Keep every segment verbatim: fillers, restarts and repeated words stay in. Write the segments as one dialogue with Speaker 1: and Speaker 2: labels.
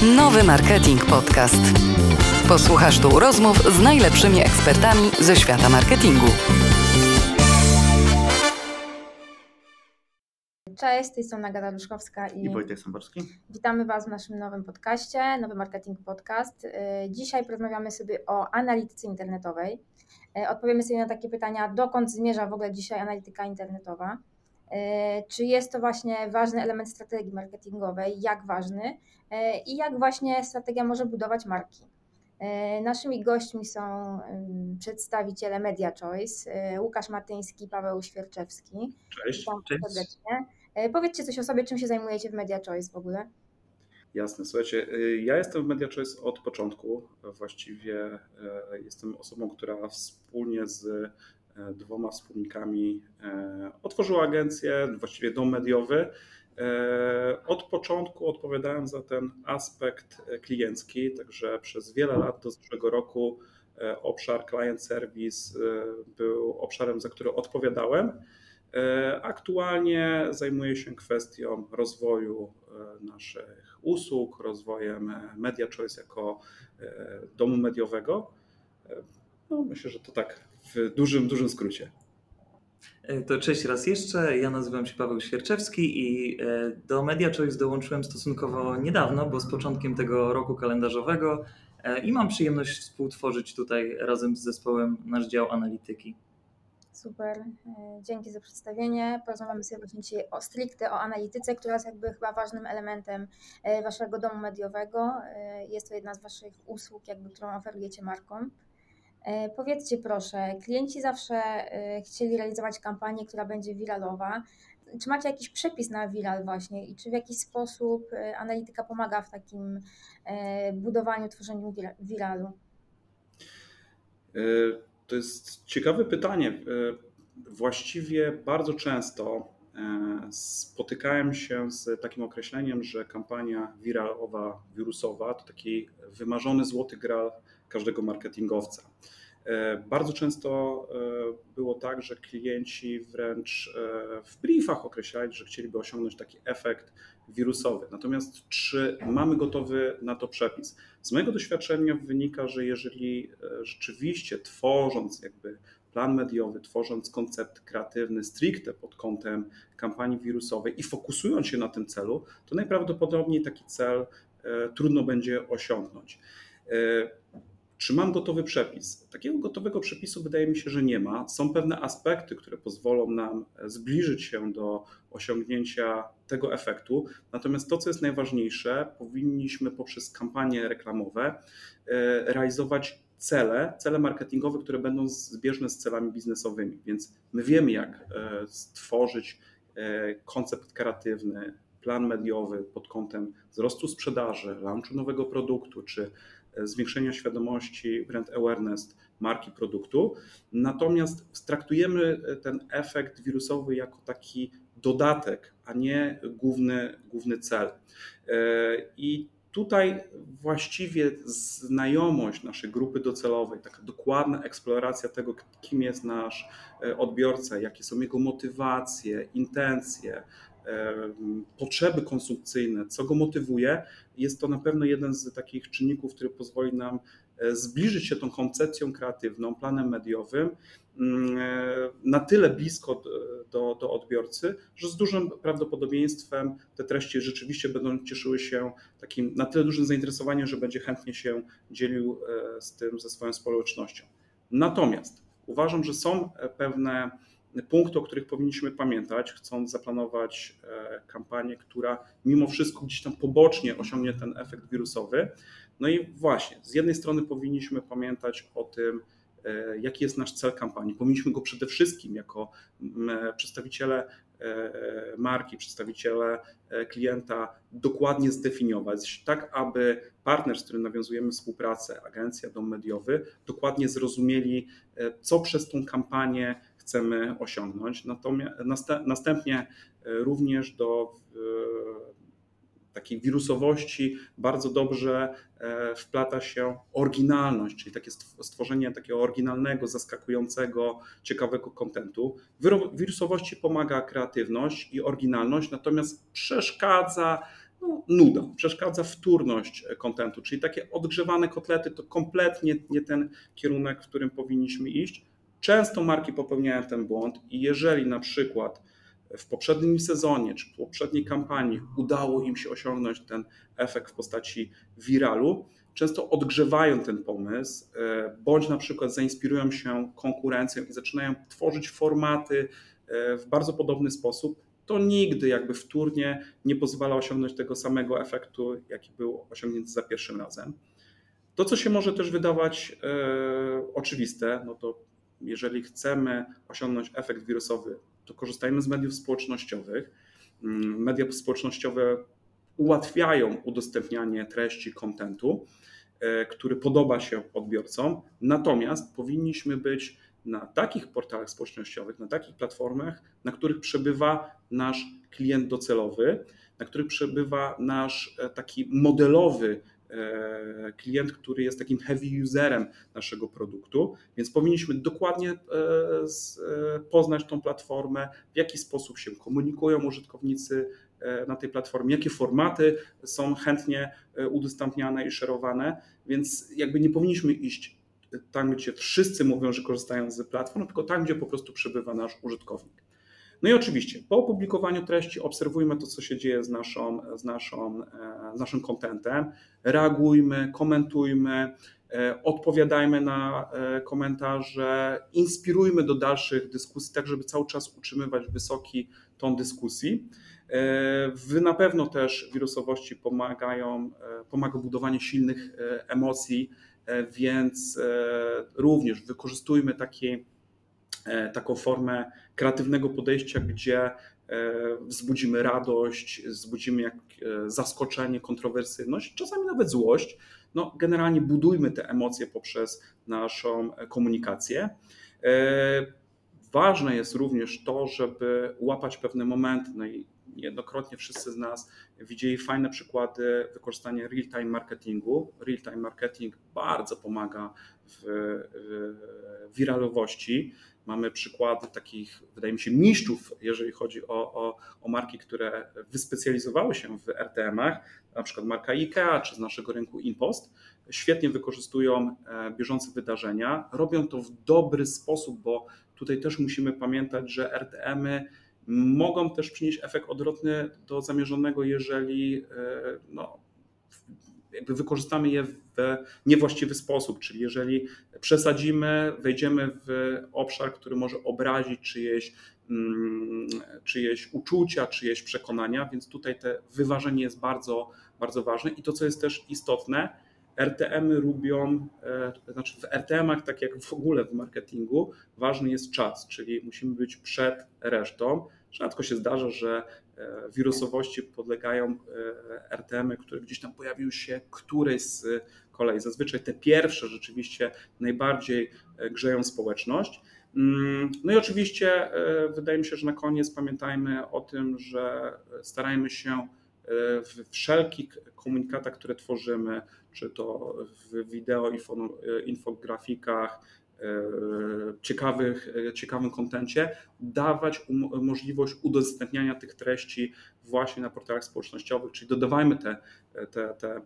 Speaker 1: Nowy Marketing Podcast. Posłuchasz tu rozmów z najlepszymi ekspertami ze świata marketingu.
Speaker 2: Cześć, z tej strony Agata Duszkowska i,
Speaker 3: I Wojtek Sąborski.
Speaker 2: Witamy Was w naszym nowym podcaście, Nowy Marketing Podcast. Dzisiaj porozmawiamy sobie o analityce internetowej. Odpowiemy sobie na takie pytania, dokąd zmierza w ogóle dzisiaj analityka internetowa. Czy jest to właśnie ważny element strategii marketingowej, jak ważny i jak właśnie strategia może budować marki. Naszymi gośćmi są przedstawiciele Media Choice, Łukasz Matyński, Paweł Świerczewski.
Speaker 3: Cześć.
Speaker 2: Witam
Speaker 3: Cześć.
Speaker 2: serdecznie. Powiedzcie coś o sobie, czym się zajmujecie w Media Choice w ogóle.
Speaker 3: Jasne, słuchajcie, ja jestem w Media Choice od początku. Właściwie jestem osobą, która wspólnie z dwoma wspólnikami otworzyła agencję, właściwie dom mediowy. Od początku odpowiadałem za ten aspekt kliencki, także przez wiele lat do zeszłego roku obszar client service był obszarem, za który odpowiadałem. Aktualnie zajmuję się kwestią rozwoju naszych usług, rozwojem Media Choice jako domu mediowego. No, myślę, że to tak w dużym, dużym skrócie.
Speaker 4: To cześć raz jeszcze, ja nazywam się Paweł Świerczewski i do Media Choice dołączyłem stosunkowo niedawno, bo z początkiem tego roku kalendarzowego i mam przyjemność współtworzyć tutaj razem z zespołem nasz dział analityki.
Speaker 2: Super, dzięki za przedstawienie. Porozmawiamy sobie właśnie dzisiaj o stricte o analityce, która jest jakby chyba ważnym elementem Waszego domu mediowego. Jest to jedna z Waszych usług, jakby, którą oferujecie markom. Powiedzcie proszę, klienci zawsze chcieli realizować kampanię, która będzie wiralowa. Czy macie jakiś przepis na viral właśnie i czy w jakiś sposób analityka pomaga w takim budowaniu, tworzeniu viralu?
Speaker 3: To jest ciekawe pytanie. Właściwie bardzo często spotykałem się z takim określeniem, że kampania wiralowa, wirusowa to taki wymarzony złoty graal każdego marketingowca. Bardzo często było tak, że klienci wręcz w briefach określali, że chcieliby osiągnąć taki efekt wirusowy. Natomiast czy mamy gotowy na to przepis? Z mojego doświadczenia wynika, że jeżeli rzeczywiście tworząc jakby plan mediowy, tworząc koncept kreatywny stricte pod kątem kampanii wirusowej i fokusując się na tym celu, to najprawdopodobniej taki cel trudno będzie osiągnąć. Czy mam gotowy przepis? Takiego gotowego przepisu wydaje mi się, że nie ma. Są pewne aspekty, które pozwolą nam zbliżyć się do osiągnięcia tego efektu. Natomiast to, co jest najważniejsze, powinniśmy poprzez kampanie reklamowe realizować cele, cele marketingowe, które będą zbieżne z celami biznesowymi. Więc my wiemy, jak stworzyć koncept kreatywny, plan mediowy pod kątem wzrostu sprzedaży, launchu nowego produktu, czy zwiększenia świadomości, brand awareness marki produktu. Natomiast traktujemy ten efekt wirusowy jako taki dodatek, a nie główny, główny cel. I tutaj właściwie znajomość naszej grupy docelowej, taka dokładna eksploracja tego, kim jest nasz odbiorca, jakie są jego motywacje, intencje, potrzeby konsumpcyjne, co go motywuje, jest to na pewno jeden z takich czynników, który pozwoli nam zbliżyć się tą koncepcją kreatywną, planem mediowym na tyle blisko do, do odbiorcy, że z dużym prawdopodobieństwem te treści rzeczywiście będą cieszyły się takim na tyle dużym zainteresowaniem, że będzie chętnie się dzielił z tym ze swoją społecznością. Natomiast uważam, że są pewne punkty, o których powinniśmy pamiętać, chcąc zaplanować kampanię, która mimo wszystko gdzieś tam pobocznie osiągnie ten efekt wirusowy. No i właśnie, z jednej strony powinniśmy pamiętać o tym, jaki jest nasz cel kampanii. Powinniśmy go przede wszystkim jako przedstawiciele marki, przedstawiciele klienta dokładnie zdefiniować, tak aby partner, z którym nawiązujemy współpracę, agencja, dom mediowy, dokładnie zrozumieli, co przez tą kampanię chcemy osiągnąć. Natomiast następnie również do takiej wirusowości bardzo dobrze wplata się oryginalność, czyli takie stworzenie takiego oryginalnego, zaskakującego, ciekawego kontentu. Wirusowości pomaga kreatywność i oryginalność, natomiast przeszkadza no, nuda, przeszkadza wtórność kontentu, czyli takie odgrzewane kotlety to kompletnie nie ten kierunek, w którym powinniśmy iść. Często marki popełniają ten błąd i jeżeli na przykład w poprzednim sezonie czy w poprzedniej kampanii udało im się osiągnąć ten efekt w postaci wiralu, często odgrzewają ten pomysł, bądź na przykład zainspirują się konkurencją i zaczynają tworzyć formaty w bardzo podobny sposób, to nigdy jakby wtórnie nie pozwala osiągnąć tego samego efektu, jaki był osiągnięty za pierwszym razem. To, co się może też wydawać e, oczywiste, no to jeżeli chcemy osiągnąć efekt wirusowy, to korzystajmy z mediów społecznościowych. Media społecznościowe ułatwiają udostępnianie treści, kontentu, który podoba się odbiorcom, natomiast powinniśmy być na takich portalach społecznościowych, na takich platformach, na których przebywa nasz klient docelowy, na których przebywa nasz taki modelowy klient, który jest takim heavy userem naszego produktu, więc powinniśmy dokładnie poznać tą platformę, w jaki sposób się komunikują użytkownicy na tej platformie, jakie formaty są chętnie udostępniane i szerowane, więc jakby nie powinniśmy iść tam, gdzie wszyscy mówią, że korzystają z platform, tylko tam, gdzie po prostu przebywa nasz użytkownik. No i oczywiście po opublikowaniu treści obserwujmy to, co się dzieje z, naszą, z, naszą, z naszym contentem, reagujmy, komentujmy, odpowiadajmy na komentarze, inspirujmy do dalszych dyskusji, tak żeby cały czas utrzymywać wysoki ton dyskusji. Wy na pewno też wirusowości pomagają, pomaga budowanie silnych emocji, więc również wykorzystujmy taki taką formę kreatywnego podejścia, gdzie wzbudzimy radość, wzbudzimy jak zaskoczenie, kontrowersyjność, czasami nawet złość. No, generalnie budujmy te emocje poprzez naszą komunikację. Ważne jest również to, żeby łapać pewne momenty, no i niejednokrotnie wszyscy z nas widzieli fajne przykłady wykorzystania real-time marketingu. Real-time marketing bardzo pomaga w, w wiralowości. Mamy przykłady takich, wydaje mi się, mistrzów, jeżeli chodzi o, o, o marki, które wyspecjalizowały się w er te emach, na przykład marka IKEA czy z naszego rynku InPost. Świetnie wykorzystują bieżące wydarzenia, robią to w dobry sposób, bo tutaj też musimy pamiętać, że er te emy mogą też przynieść efekt odwrotny do zamierzonego, jeżeli no, jakby wykorzystamy je w niewłaściwy sposób, czyli jeżeli przesadzimy, wejdziemy w obszar, który może obrazić czyjeś, czyjeś uczucia, czyjeś przekonania, więc tutaj to wyważenie jest bardzo, bardzo ważne i to, co jest też istotne, er te emy lubią, znaczy w er te emach, tak jak w ogóle w marketingu, ważny jest czas, czyli musimy być przed resztą. Rzadko się zdarza, że wirusowości podlegają er te emy, które gdzieś tam pojawiły się którejś z kolei. Zazwyczaj te pierwsze rzeczywiście najbardziej grzeją społeczność. No i oczywiście wydaje mi się, że na koniec pamiętajmy o tym, że starajmy się w wszelkich komunikatach, które tworzymy, czy to w wideo, infografikach, ciekawych, ciekawym kontencie, dawać um- możliwość udostępniania tych treści właśnie na portalach społecznościowych, czyli dodawajmy te, te, te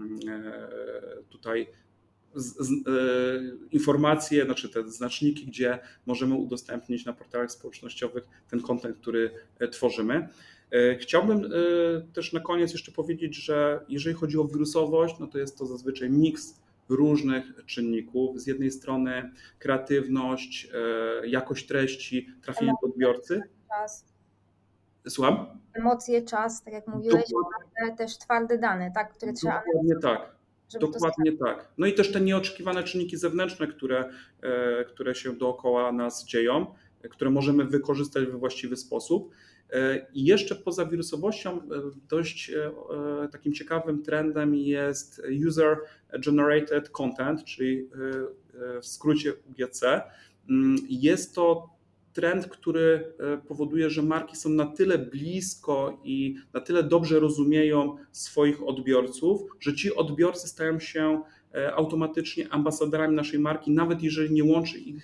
Speaker 3: tutaj z, z, informacje, znaczy te znaczniki, gdzie możemy udostępnić na portalach społecznościowych ten kontent, który tworzymy. Chciałbym też na koniec jeszcze powiedzieć, że jeżeli chodzi o wirusowość, no to jest to zazwyczaj miks różnych czynników. Z jednej strony kreatywność, jakość treści, trafienie do odbiorcy.
Speaker 2: Czas.
Speaker 3: Słucham?
Speaker 2: Emocje, czas, tak jak mówiłeś,
Speaker 3: Dokładnie.
Speaker 2: ale też twarde dane, tak, które trzeba
Speaker 3: Dokładnie tak.
Speaker 2: żeby to
Speaker 3: Dokładnie tak. No i też te nieoczekiwane czynniki zewnętrzne, które, które się dookoła nas dzieją, które możemy wykorzystać we właściwy sposób. I jeszcze poza wirusowością dość takim ciekawym trendem jest user generated content, czyli w skrócie U G C. Jest to trend, który powoduje, że marki są na tyle blisko i na tyle dobrze rozumieją swoich odbiorców, że ci odbiorcy stają się automatycznie ambasadorami naszej marki, nawet jeżeli nie łączy ich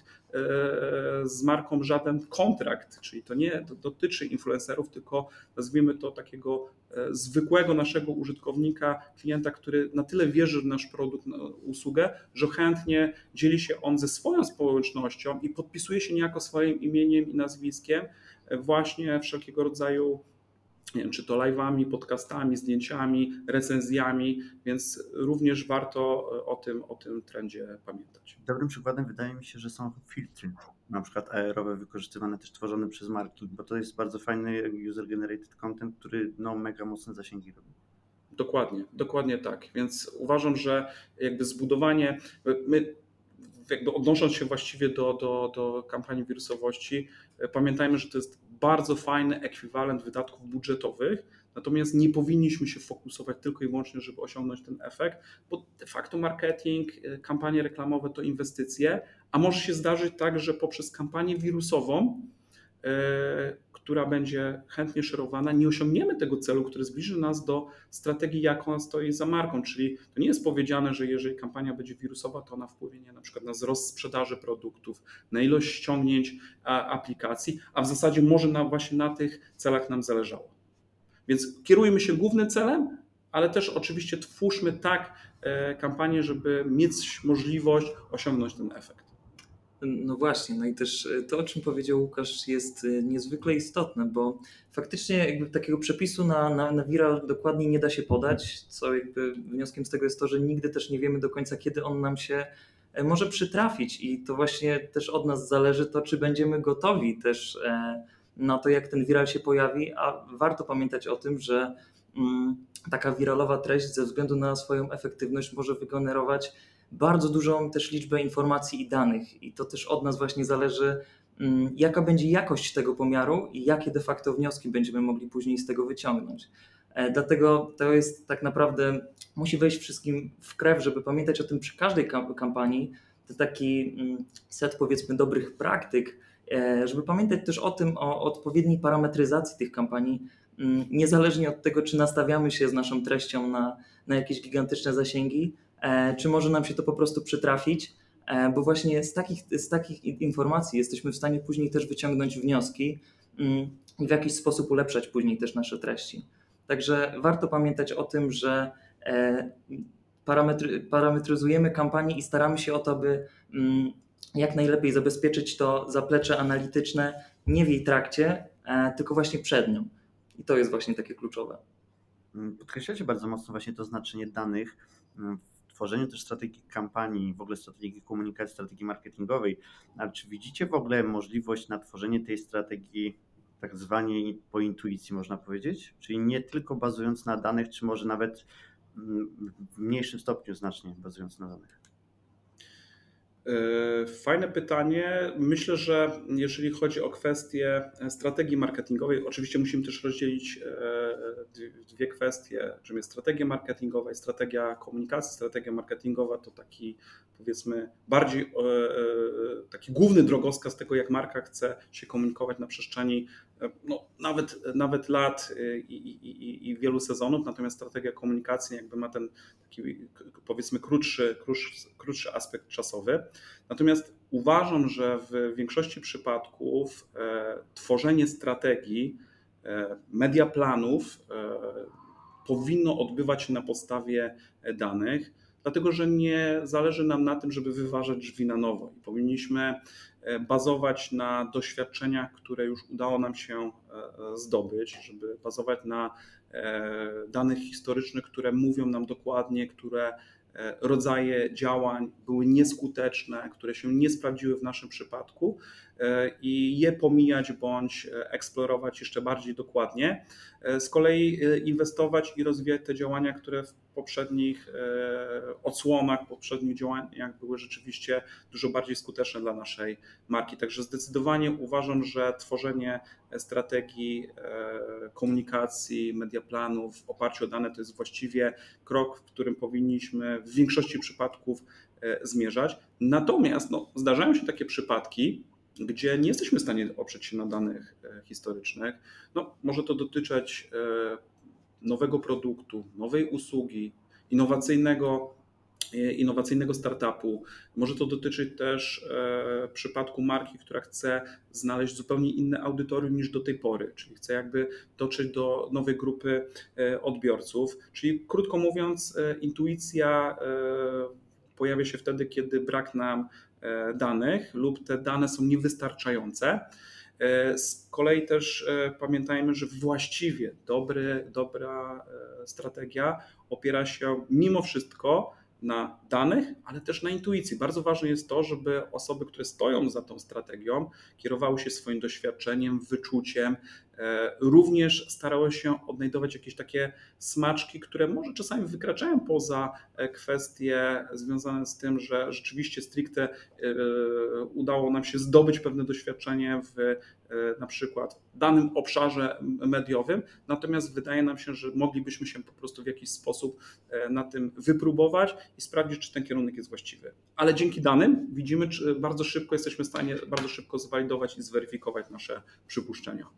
Speaker 3: z marką żaden kontrakt, czyli to nie to dotyczy influencerów, tylko nazwijmy to takiego zwykłego naszego użytkownika, klienta, który na tyle wierzy w nasz produkt, usługę, że chętnie dzieli się on ze swoją społecznością i podpisuje się niejako swoim imieniem i nazwiskiem właśnie wszelkiego rodzaju, nie wiem, czy to live'ami, podcastami, zdjęciami, recenzjami, więc również warto o tym, o tym trendzie pamiętać.
Speaker 5: Dobrym przykładem wydaje mi się, że są filtry, na przykład aerowe, wykorzystywane też tworzone przez marki, bo to jest bardzo fajny user-generated content, który no mega mocne zasięgi robi.
Speaker 3: Dokładnie, dokładnie tak, więc uważam, że jakby zbudowanie, my jakby odnosząc się właściwie do, do, do kampanii wirusowości, pamiętajmy, że to jest bardzo fajny ekwiwalent wydatków budżetowych, natomiast nie powinniśmy się fokusować tylko i wyłącznie, żeby osiągnąć ten efekt, bo de facto marketing, kampanie reklamowe to inwestycje, a może się zdarzyć tak, że poprzez kampanię wirusową, yy, która będzie chętnie szerowana, nie osiągniemy tego celu, który zbliży nas do strategii, jaką stoi za marką, czyli to nie jest powiedziane, że jeżeli kampania będzie wirusowa, to ona wpłynie nie, na przykład na wzrost sprzedaży produktów, na ilość ściągnięć a, aplikacji, a w zasadzie może na, właśnie na tych celach nam zależało. Więc kierujmy się głównym celem, ale też oczywiście twórzmy tak e, kampanię, żeby mieć możliwość osiągnąć ten efekt.
Speaker 4: No właśnie, no i też to, o czym powiedział Łukasz, jest niezwykle istotne, bo faktycznie jakby takiego przepisu na, na, na viral dokładnie nie da się podać, co jakby wnioskiem z tego jest to, że nigdy też nie wiemy do końca, kiedy on nam się może przytrafić i to właśnie też od nas zależy to, czy będziemy gotowi też na to, jak ten viral się pojawi, a warto pamiętać o tym, że taka wiralowa treść ze względu na swoją efektywność może wygenerować bardzo dużą też liczbę informacji i danych i to też od nas właśnie zależy, jaka będzie jakość tego pomiaru i jakie de facto wnioski będziemy mogli później z tego wyciągnąć. Dlatego to jest tak naprawdę, musi wejść wszystkim w krew, żeby pamiętać o tym przy każdej kampanii, to taki set powiedzmy dobrych praktyk, żeby pamiętać też o tym, o odpowiedniej parametryzacji tych kampanii, niezależnie od tego, czy nastawiamy się z naszą treścią na, na jakieś gigantyczne zasięgi, czy może nam się to po prostu przytrafić, bo właśnie z takich, z takich informacji jesteśmy w stanie później też wyciągnąć wnioski i w jakiś sposób ulepszać później też nasze treści. Także warto pamiętać o tym, że parametry, parametryzujemy kampanię i staramy się o to, by jak najlepiej zabezpieczyć to zaplecze analityczne nie w jej trakcie, tylko właśnie przed nią. I to jest właśnie takie kluczowe.
Speaker 5: Podkreślacie bardzo mocno właśnie to znaczenie danych w tworzeniu też strategii kampanii, w ogóle strategii komunikacji, strategii marketingowej. Ale czy widzicie w ogóle możliwość na tworzenie tej strategii tak zwanej po intuicji, można powiedzieć? Czyli nie tylko bazując na danych, czy może nawet w mniejszym stopniu znacznie bazując na danych?
Speaker 3: Fajne pytanie. Myślę, że jeżeli chodzi o kwestię strategii marketingowej, oczywiście musimy też rozdzielić dwie kwestie, czym jest strategia marketingowa i strategia komunikacji. Strategia marketingowa to taki, powiedzmy, bardziej taki główny drogowskaz tego, jak marka chce się komunikować na przestrzeni no, nawet, nawet lat i, i, i wielu sezonów, natomiast strategia komunikacji jakby ma ten taki, powiedzmy, krótszy, krótszy, krótszy aspekt czasowy. Natomiast uważam, że w większości przypadków e, tworzenie strategii, e, media planów e, powinno odbywać się na podstawie danych, dlatego że nie zależy nam na tym, żeby wyważać drzwi na nowo i powinniśmy bazować na doświadczeniach, które już udało nam się zdobyć, żeby bazować na danych historycznych, które mówią nam dokładnie, które rodzaje działań były nieskuteczne, które się nie sprawdziły w naszym przypadku i je pomijać bądź eksplorować jeszcze bardziej dokładnie. Z kolei inwestować i rozwijać te działania, które w poprzednich odsłonach, poprzednich działaniach były rzeczywiście dużo bardziej skuteczne dla naszej marki. Także zdecydowanie uważam, że tworzenie strategii komunikacji, mediaplanów w oparciu o dane to jest właściwie krok, w którym powinniśmy w większości przypadków zmierzać. Natomiast no, zdarzają się takie przypadki, gdzie nie jesteśmy w stanie oprzeć się na danych historycznych. No, może to dotyczyć nowego produktu, nowej usługi, innowacyjnego innowacyjnego startupu. Może to dotyczyć też e, przypadku marki, która chce znaleźć zupełnie inne audytorium niż do tej pory, czyli chce jakby dotrzeć do nowej grupy e, odbiorców. Czyli krótko mówiąc, e, intuicja e, pojawia się wtedy, kiedy brak nam e, danych lub te dane są niewystarczające. Z kolei też pamiętajmy, że właściwie dobry, dobra strategia opiera się mimo wszystko na danych, ale też na intuicji. Bardzo ważne jest to, żeby osoby, które stoją za tą strategią, kierowały się swoim doświadczeniem, wyczuciem, również starały się odnajdować jakieś takie smaczki, które może czasami wykraczają poza kwestie związane z tym, że rzeczywiście stricte udało nam się zdobyć pewne doświadczenie w na przykład danym obszarze mediowym, natomiast wydaje nam się, że moglibyśmy się po prostu w jakiś sposób na tym wypróbować i sprawdzić, czy ten kierunek jest właściwy. Ale dzięki danym widzimy, czy bardzo szybko jesteśmy w stanie bardzo szybko zwalidować i zweryfikować nasze przypuszczenia.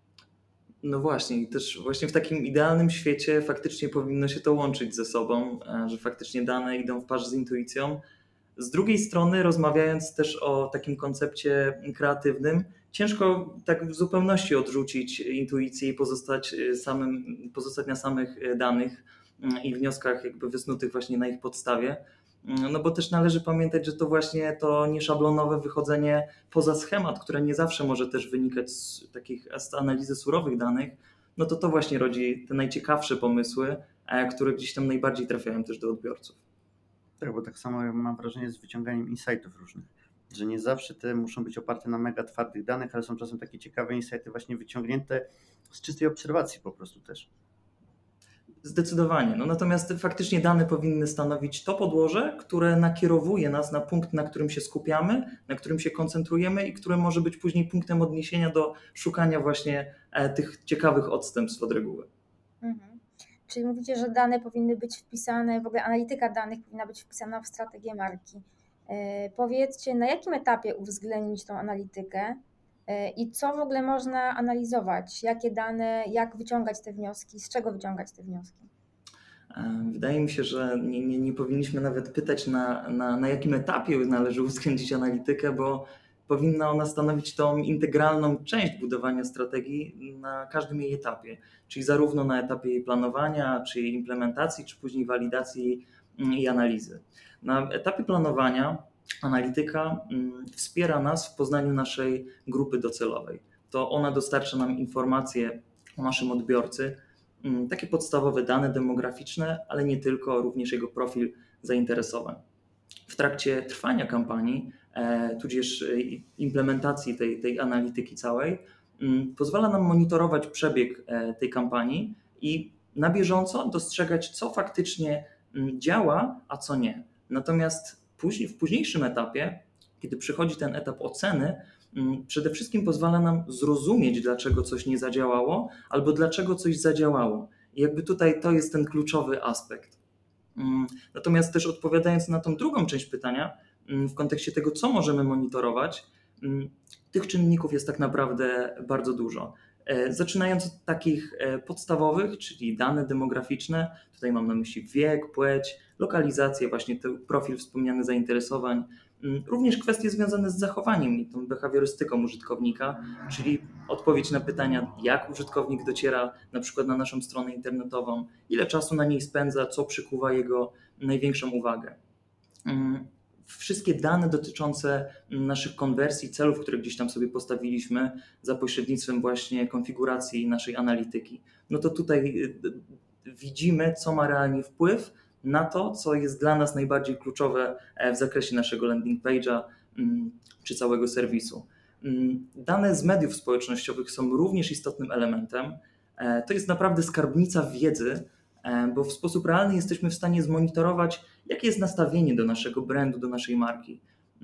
Speaker 4: No właśnie, i też właśnie w takim idealnym świecie faktycznie powinno się to łączyć ze sobą, że faktycznie dane idą w parze z intuicją. Z drugiej strony, rozmawiając też o takim koncepcie kreatywnym, ciężko tak w zupełności odrzucić intuicję i pozostać, samym, pozostać na samych danych i wnioskach jakby wysnutych właśnie na ich podstawie. No bo też należy pamiętać, że to właśnie to nieszablonowe wychodzenie poza schemat, które nie zawsze może też wynikać z takich z analizy surowych danych, no to to właśnie rodzi te najciekawsze pomysły, które gdzieś tam najbardziej trafiają też do odbiorców.
Speaker 5: Tak, bo tak samo mam wrażenie z wyciąganiem insightów różnych, że nie zawsze te muszą być oparte na mega twardych danych, ale są czasem takie ciekawe insighty właśnie wyciągnięte z czystej obserwacji po prostu też.
Speaker 4: Zdecydowanie. No natomiast faktycznie dane powinny stanowić to podłoże, które nakierowuje nas na punkt, na którym się skupiamy, na którym się koncentrujemy i które może być później punktem odniesienia do szukania właśnie tych ciekawych odstępstw od reguły.
Speaker 2: Mhm. Czyli mówicie, że dane powinny być wpisane, w ogóle analityka danych powinna być wpisana w strategię marki. Powiedzcie, na jakim etapie uwzględnić tą analitykę i co w ogóle można analizować? Jakie dane, jak wyciągać te wnioski, z czego wyciągać te wnioski?
Speaker 4: Wydaje mi się, że nie, nie, nie powinniśmy nawet pytać, na, na, na jakim etapie należy uwzględnić analitykę, bo powinna ona stanowić tą integralną część budowania strategii na każdym jej etapie, czyli zarówno na etapie jej planowania, czy jej implementacji, czy później walidacji i analizy. Na etapie planowania analityka wspiera nas w poznaniu naszej grupy docelowej. To ona dostarcza nam informacje o naszym odbiorcy, takie podstawowe dane demograficzne, ale nie tylko, również jego profil zainteresowań. W trakcie trwania kampanii, tudzież implementacji tej, tej analityki całej, pozwala nam monitorować przebieg tej kampanii i na bieżąco dostrzegać, co faktycznie działa, a co nie. Natomiast później, w późniejszym etapie, kiedy przychodzi ten etap oceny, przede wszystkim pozwala nam zrozumieć, dlaczego coś nie zadziałało albo dlaczego coś zadziałało. I jakby tutaj to jest ten kluczowy aspekt. Natomiast też odpowiadając na tą drugą część pytania, w kontekście tego, co możemy monitorować, tych czynników jest tak naprawdę bardzo dużo. Zaczynając od takich podstawowych, czyli dane demograficzne, tutaj mam na myśli wiek, płeć, lokalizację, właśnie ten profil wspomniany zainteresowań, również kwestie związane z zachowaniem i tą behawiorystyką użytkownika, czyli odpowiedź na pytania, jak użytkownik dociera na przykład na naszą stronę internetową, ile czasu na niej spędza, co przykuwa jego największą uwagę. Wszystkie dane dotyczące naszych konwersji, celów, które gdzieś tam sobie postawiliśmy za pośrednictwem właśnie konfiguracji naszej analityki, no to tutaj widzimy, co ma realnie wpływ na to, co jest dla nas najbardziej kluczowe w zakresie naszego landing page'a czy całego serwisu. Dane z mediów społecznościowych są również istotnym elementem. To jest naprawdę skarbnica wiedzy, bo w sposób realny jesteśmy w stanie zmonitorować, jakie jest nastawienie do naszego brandu, do naszej marki.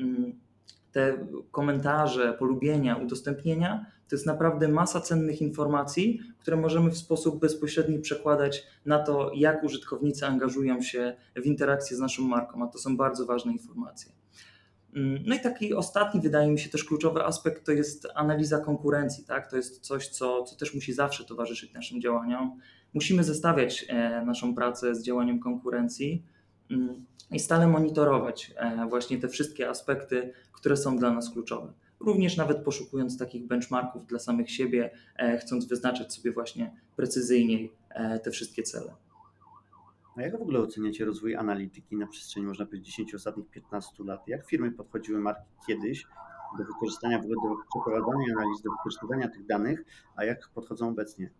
Speaker 4: Te komentarze, polubienia, udostępnienia to jest naprawdę masa cennych informacji, które możemy w sposób bezpośredni przekładać na to, jak użytkownicy angażują się w interakcję z naszą marką, a to są bardzo ważne informacje. No i taki ostatni, wydaje mi się też kluczowy aspekt, to jest analiza konkurencji. Tak? To jest coś, co, co też musi zawsze towarzyszyć naszym działaniom. Musimy zestawiać naszą pracę z działaniem konkurencji i stale monitorować właśnie te wszystkie aspekty, które są dla nas kluczowe. Również nawet poszukując takich benchmarków dla samych siebie, chcąc wyznaczać sobie właśnie precyzyjniej te wszystkie cele.
Speaker 5: A jak w ogóle oceniacie rozwój analityki na przestrzeni, można powiedzieć, dziesięciu ostatnich piętnastu lat? Jak firmy podchodziły marki kiedyś do wykorzystania, w ogóle do przeprowadzania analiz, do wykorzystywania tych danych, a jak podchodzą obecnie?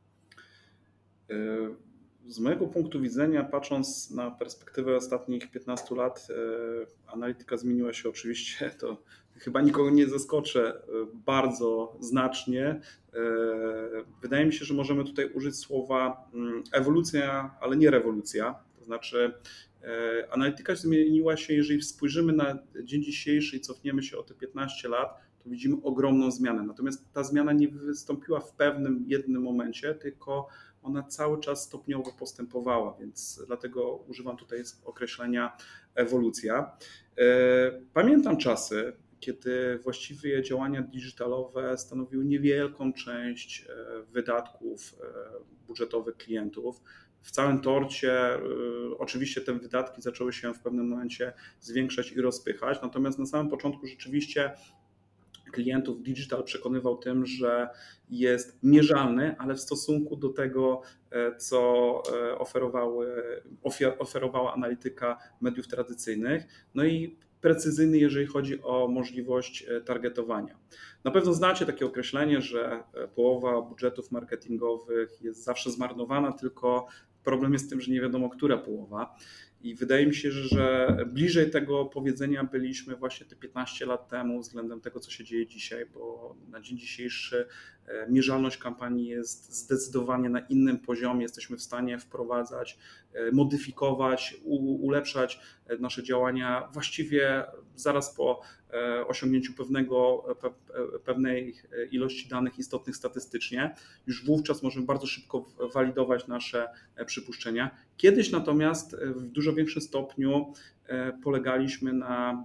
Speaker 3: Z mojego punktu widzenia, patrząc na perspektywę ostatnich piętnastu lat, analityka zmieniła się oczywiście, to chyba nikogo nie zaskoczę, bardzo znacznie. Wydaje mi się, że możemy tutaj użyć słowa ewolucja, ale nie rewolucja. To znaczy analityka zmieniła się, jeżeli spojrzymy na dzień dzisiejszy i cofniemy się o te piętnaście lat, to widzimy ogromną zmianę. Natomiast ta zmiana nie wystąpiła w pewnym jednym momencie, tylko ona cały czas stopniowo postępowała, więc dlatego używam tutaj określenia ewolucja. Pamiętam czasy, kiedy właściwie działania digitalowe stanowiły niewielką część wydatków budżetowych klientów. W całym torcie oczywiście te wydatki zaczęły się w pewnym momencie zwiększać i rozpychać, natomiast na samym początku rzeczywiście klientów digital przekonywał tym, że jest mierzalny, ale w stosunku do tego, co oferowały, oferowała analityka mediów tradycyjnych, no i precyzyjny, jeżeli chodzi o możliwość targetowania. Na pewno znacie takie określenie, że połowa budżetów marketingowych jest zawsze zmarnowana, tylko problem jest w tym, że nie wiadomo, która połowa. I wydaje mi się, że bliżej tego powiedzenia byliśmy właśnie te piętnaście lat temu względem tego, co się dzieje dzisiaj, bo na dzień dzisiejszy mierzalność kampanii jest zdecydowanie na innym poziomie. Jesteśmy w stanie wprowadzać, modyfikować, ulepszać nasze działania właściwie zaraz po osiągnięciu pewnego, pewnej ilości danych istotnych statystycznie. Już wówczas możemy bardzo szybko walidować nasze przypuszczenia. Kiedyś natomiast w dużo większym stopniu polegaliśmy na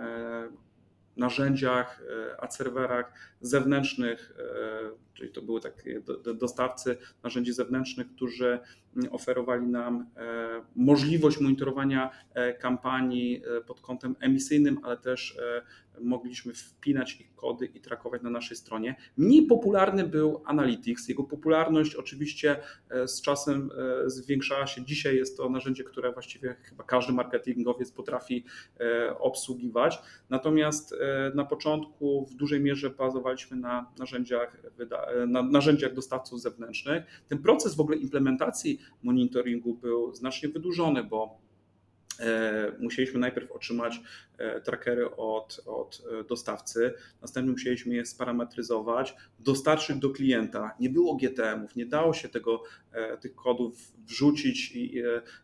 Speaker 3: narzędziach, adserwerach zewnętrznych, czyli to były takie dostawcy narzędzi zewnętrznych, którzy oferowali nam możliwość monitorowania kampanii pod kątem emisyjnym, ale też mogliśmy wpinać ich kody i trakować na naszej stronie. Mniej popularny był Analytics. Jego popularność oczywiście z czasem zwiększała się. Dzisiaj jest to narzędzie, które właściwie chyba każdy marketingowiec potrafi obsługiwać. Natomiast na początku w dużej mierze bazowaliśmy na narzędziach, na narzędziach dostawców zewnętrznych. Ten proces w ogóle implementacji monitoringu był znacznie wydłużony, bo musieliśmy najpierw otrzymać trackery od, od dostawcy, następnie musieliśmy je sparametryzować, dostarczyć do klienta. Nie było G T M-ów, nie dało się tego, tych kodów wrzucić i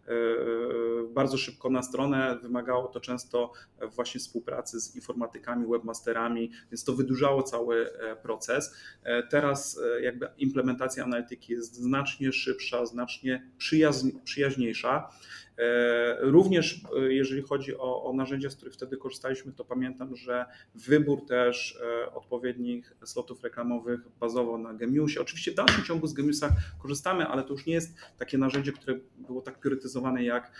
Speaker 3: bardzo szybko na stronę. Wymagało to często właśnie współpracy z informatykami, webmasterami, więc to wydłużało cały proces. Teraz jakby implementacja analityki jest znacznie szybsza, znacznie przyjaźń, przyjaźniejsza. Również jeżeli chodzi o, o narzędzia, z których wtedy korzystaliśmy, to pamiętam, że wybór też odpowiednich slotów reklamowych bazował na Gemiusie. Oczywiście w dalszym ciągu z Gemiusa korzystamy, ale to już nie jest takie narzędzie, które było tak priorytetyzowane jak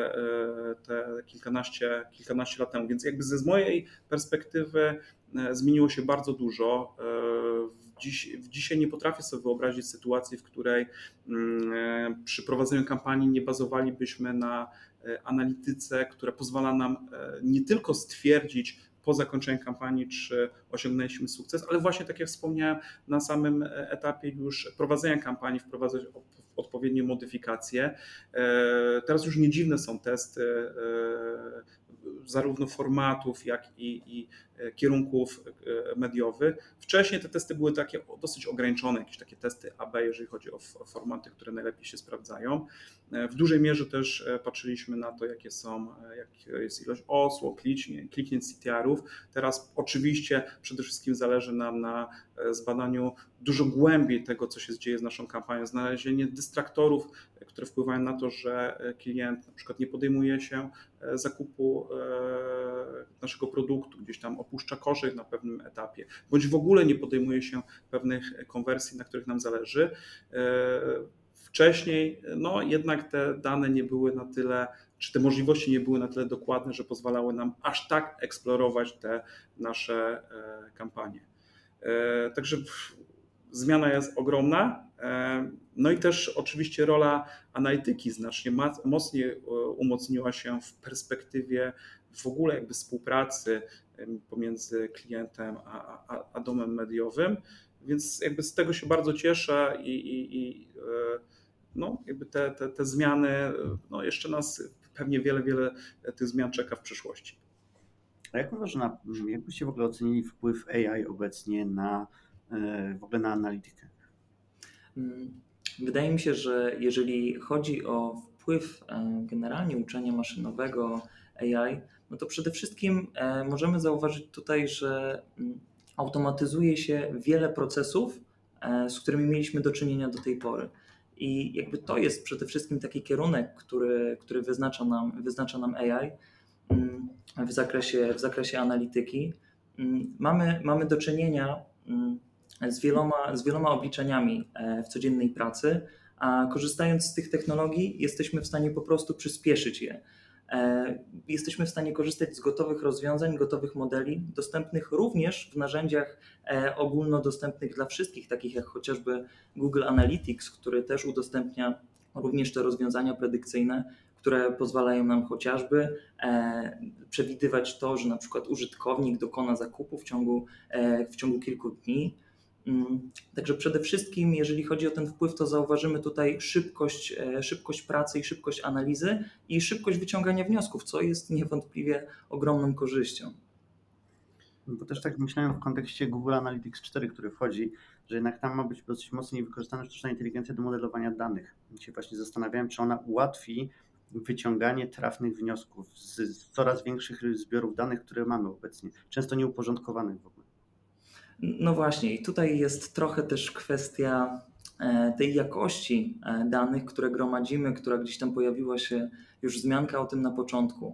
Speaker 3: te kilkanaście, kilkanaście lat temu. Więc jakby z mojej perspektywy zmieniło się bardzo dużo. Dziś, dzisiaj nie potrafię sobie wyobrazić sytuacji, w której przy prowadzeniu kampanii nie bazowalibyśmy na analityce, która pozwala nam nie tylko stwierdzić po zakończeniu kampanii, czy osiągnęliśmy sukces, ale właśnie tak jak wspomniałem, na samym etapie już prowadzenia kampanii wprowadzać odpowiednie modyfikacje. Teraz już nie dziwne są testy zarówno formatów, jak i, i kierunków mediowych. Wcześniej te testy były takie dosyć ograniczone, jakieś takie testy A B, jeżeli chodzi o formaty, które najlepiej się sprawdzają. W dużej mierze też patrzyliśmy na to, jakie są, jak jest ilość osłów, kliknięć C T R-ów. Teraz oczywiście przede wszystkim zależy nam na zbadaniu dużo głębiej tego, co się dzieje z naszą kampanią, znalezienie dystraktorów, które wpływają na to, że klient na przykład nie podejmuje się zakupu naszego produktu, gdzieś tam opuszcza koszyk na pewnym etapie, bądź w ogóle nie podejmuje się pewnych konwersji, na których nam zależy. Wcześniej no jednak te dane nie były na tyle, czy te możliwości nie były na tyle dokładne, że pozwalały nam aż tak eksplorować te nasze kampanie. Także zmiana jest ogromna. No i też oczywiście rola analityki znacznie mocniej umocniła się w perspektywie w ogóle jakby współpracy pomiędzy klientem a, a, a domem mediowym, więc jakby z tego się bardzo cieszę i, i, i no jakby te, te, te zmiany, no jeszcze nas pewnie wiele, wiele tych zmian czeka w przyszłości.
Speaker 5: A jak uważasz, na, jak byście w ogóle ocenili wpływ A I obecnie na w ogóle na analitykę?
Speaker 4: Wydaje mi się, że jeżeli chodzi o wpływ generalnie uczenia maszynowego A I, no to przede wszystkim możemy zauważyć tutaj, że automatyzuje się wiele procesów, z którymi mieliśmy do czynienia do tej pory. I jakby to jest przede wszystkim taki kierunek, który, który wyznacza nam, wyznacza nam A I w zakresie, w zakresie analityki. Mamy, mamy do czynienia z wieloma, z wieloma obliczeniami w codziennej pracy, a korzystając z tych technologii jesteśmy w stanie po prostu przyspieszyć je. Jesteśmy w stanie korzystać z gotowych rozwiązań, gotowych modeli, dostępnych również w narzędziach ogólnodostępnych dla wszystkich, takich jak chociażby Google Analytics, który też udostępnia również te rozwiązania predykcyjne, które pozwalają nam chociażby przewidywać to, że na przykład użytkownik dokona zakupu w ciągu, w ciągu kilku dni. Także przede wszystkim, jeżeli chodzi o ten wpływ, to zauważymy tutaj szybkość, szybkość pracy i szybkość analizy i szybkość wyciągania wniosków, co jest niewątpliwie ogromną korzyścią.
Speaker 5: Bo też tak myślałem w kontekście Google Analytics cztery, który wchodzi, że jednak tam ma być dosyć mocniej wykorzystana sztuczna inteligencja do modelowania danych. I się właśnie zastanawiałem, czy ona ułatwi wyciąganie trafnych wniosków z, z coraz większych zbiorów danych, które mamy obecnie, często nieuporządkowanych w ogóle.
Speaker 4: No właśnie, i tutaj jest trochę też kwestia tej jakości danych, które gromadzimy, która gdzieś tam pojawiła się już wzmianka o tym na początku.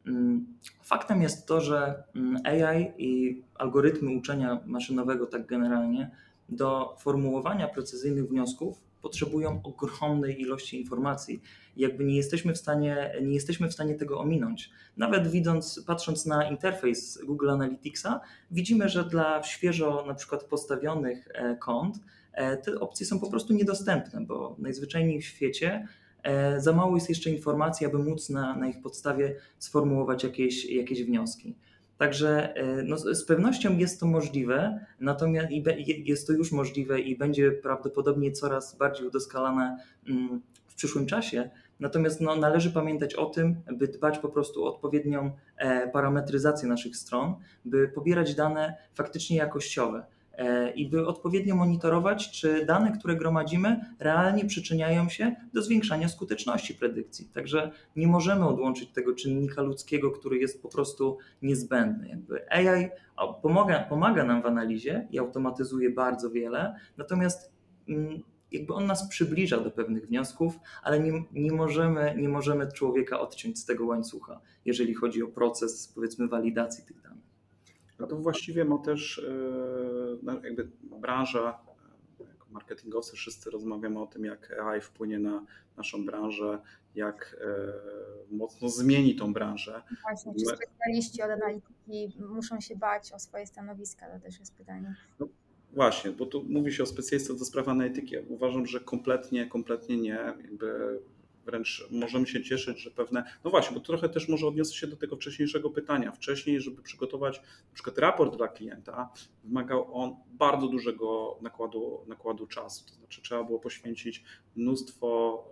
Speaker 4: Faktem jest to, że A I i algorytmy uczenia maszynowego tak generalnie do formułowania precyzyjnych wniosków potrzebują ogromnej ilości informacji. Jakby nie jesteśmy w stanie, nie jesteśmy w stanie tego ominąć. Nawet widząc, patrząc na interfejs Google Analyticsa, widzimy, że dla świeżo na przykład postawionych kont te opcje są po prostu niedostępne, bo najzwyczajniej w świecie za mało jest jeszcze informacji, aby móc na, na ich podstawie sformułować jakieś, jakieś wnioski. Także no, z pewnością jest to możliwe, natomiast jest to już możliwe i będzie prawdopodobnie coraz bardziej udoskonalane w przyszłym czasie. Natomiast no, należy pamiętać o tym, by dbać po prostu o odpowiednią parametryzację naszych stron, by pobierać dane faktycznie jakościowe i by odpowiednio monitorować, czy dane, które gromadzimy, realnie przyczyniają się do zwiększania skuteczności predykcji. Także nie możemy odłączyć tego czynnika ludzkiego, który jest po prostu niezbędny. Jakby A I pomaga, pomaga nam w analizie i automatyzuje bardzo wiele, natomiast jakby on nas przybliża do pewnych wniosków, ale nie, nie, możemy, nie możemy człowieka odciąć z tego łańcucha, jeżeli chodzi o proces, powiedzmy, walidacji tych danych.
Speaker 3: No to właściwie ma też jakby branża, jako marketingowcy wszyscy rozmawiamy o tym, jak A I wpłynie na naszą branżę, jak mocno zmieni tą branżę.
Speaker 2: Właśnie, czy specjaliści od analityki muszą się bać o swoje stanowiska? To też jest pytanie.
Speaker 3: No właśnie, bo tu mówi się o specjalistach do spraw analityki. Uważam, że kompletnie, kompletnie nie. Jakby wręcz możemy się cieszyć, że pewne... No właśnie, bo trochę też może odniosę się do tego wcześniejszego pytania. Wcześniej, żeby przygotować na przykład raport dla klienta, wymagał on bardzo dużego nakładu, nakładu czasu. To znaczy trzeba było poświęcić mnóstwo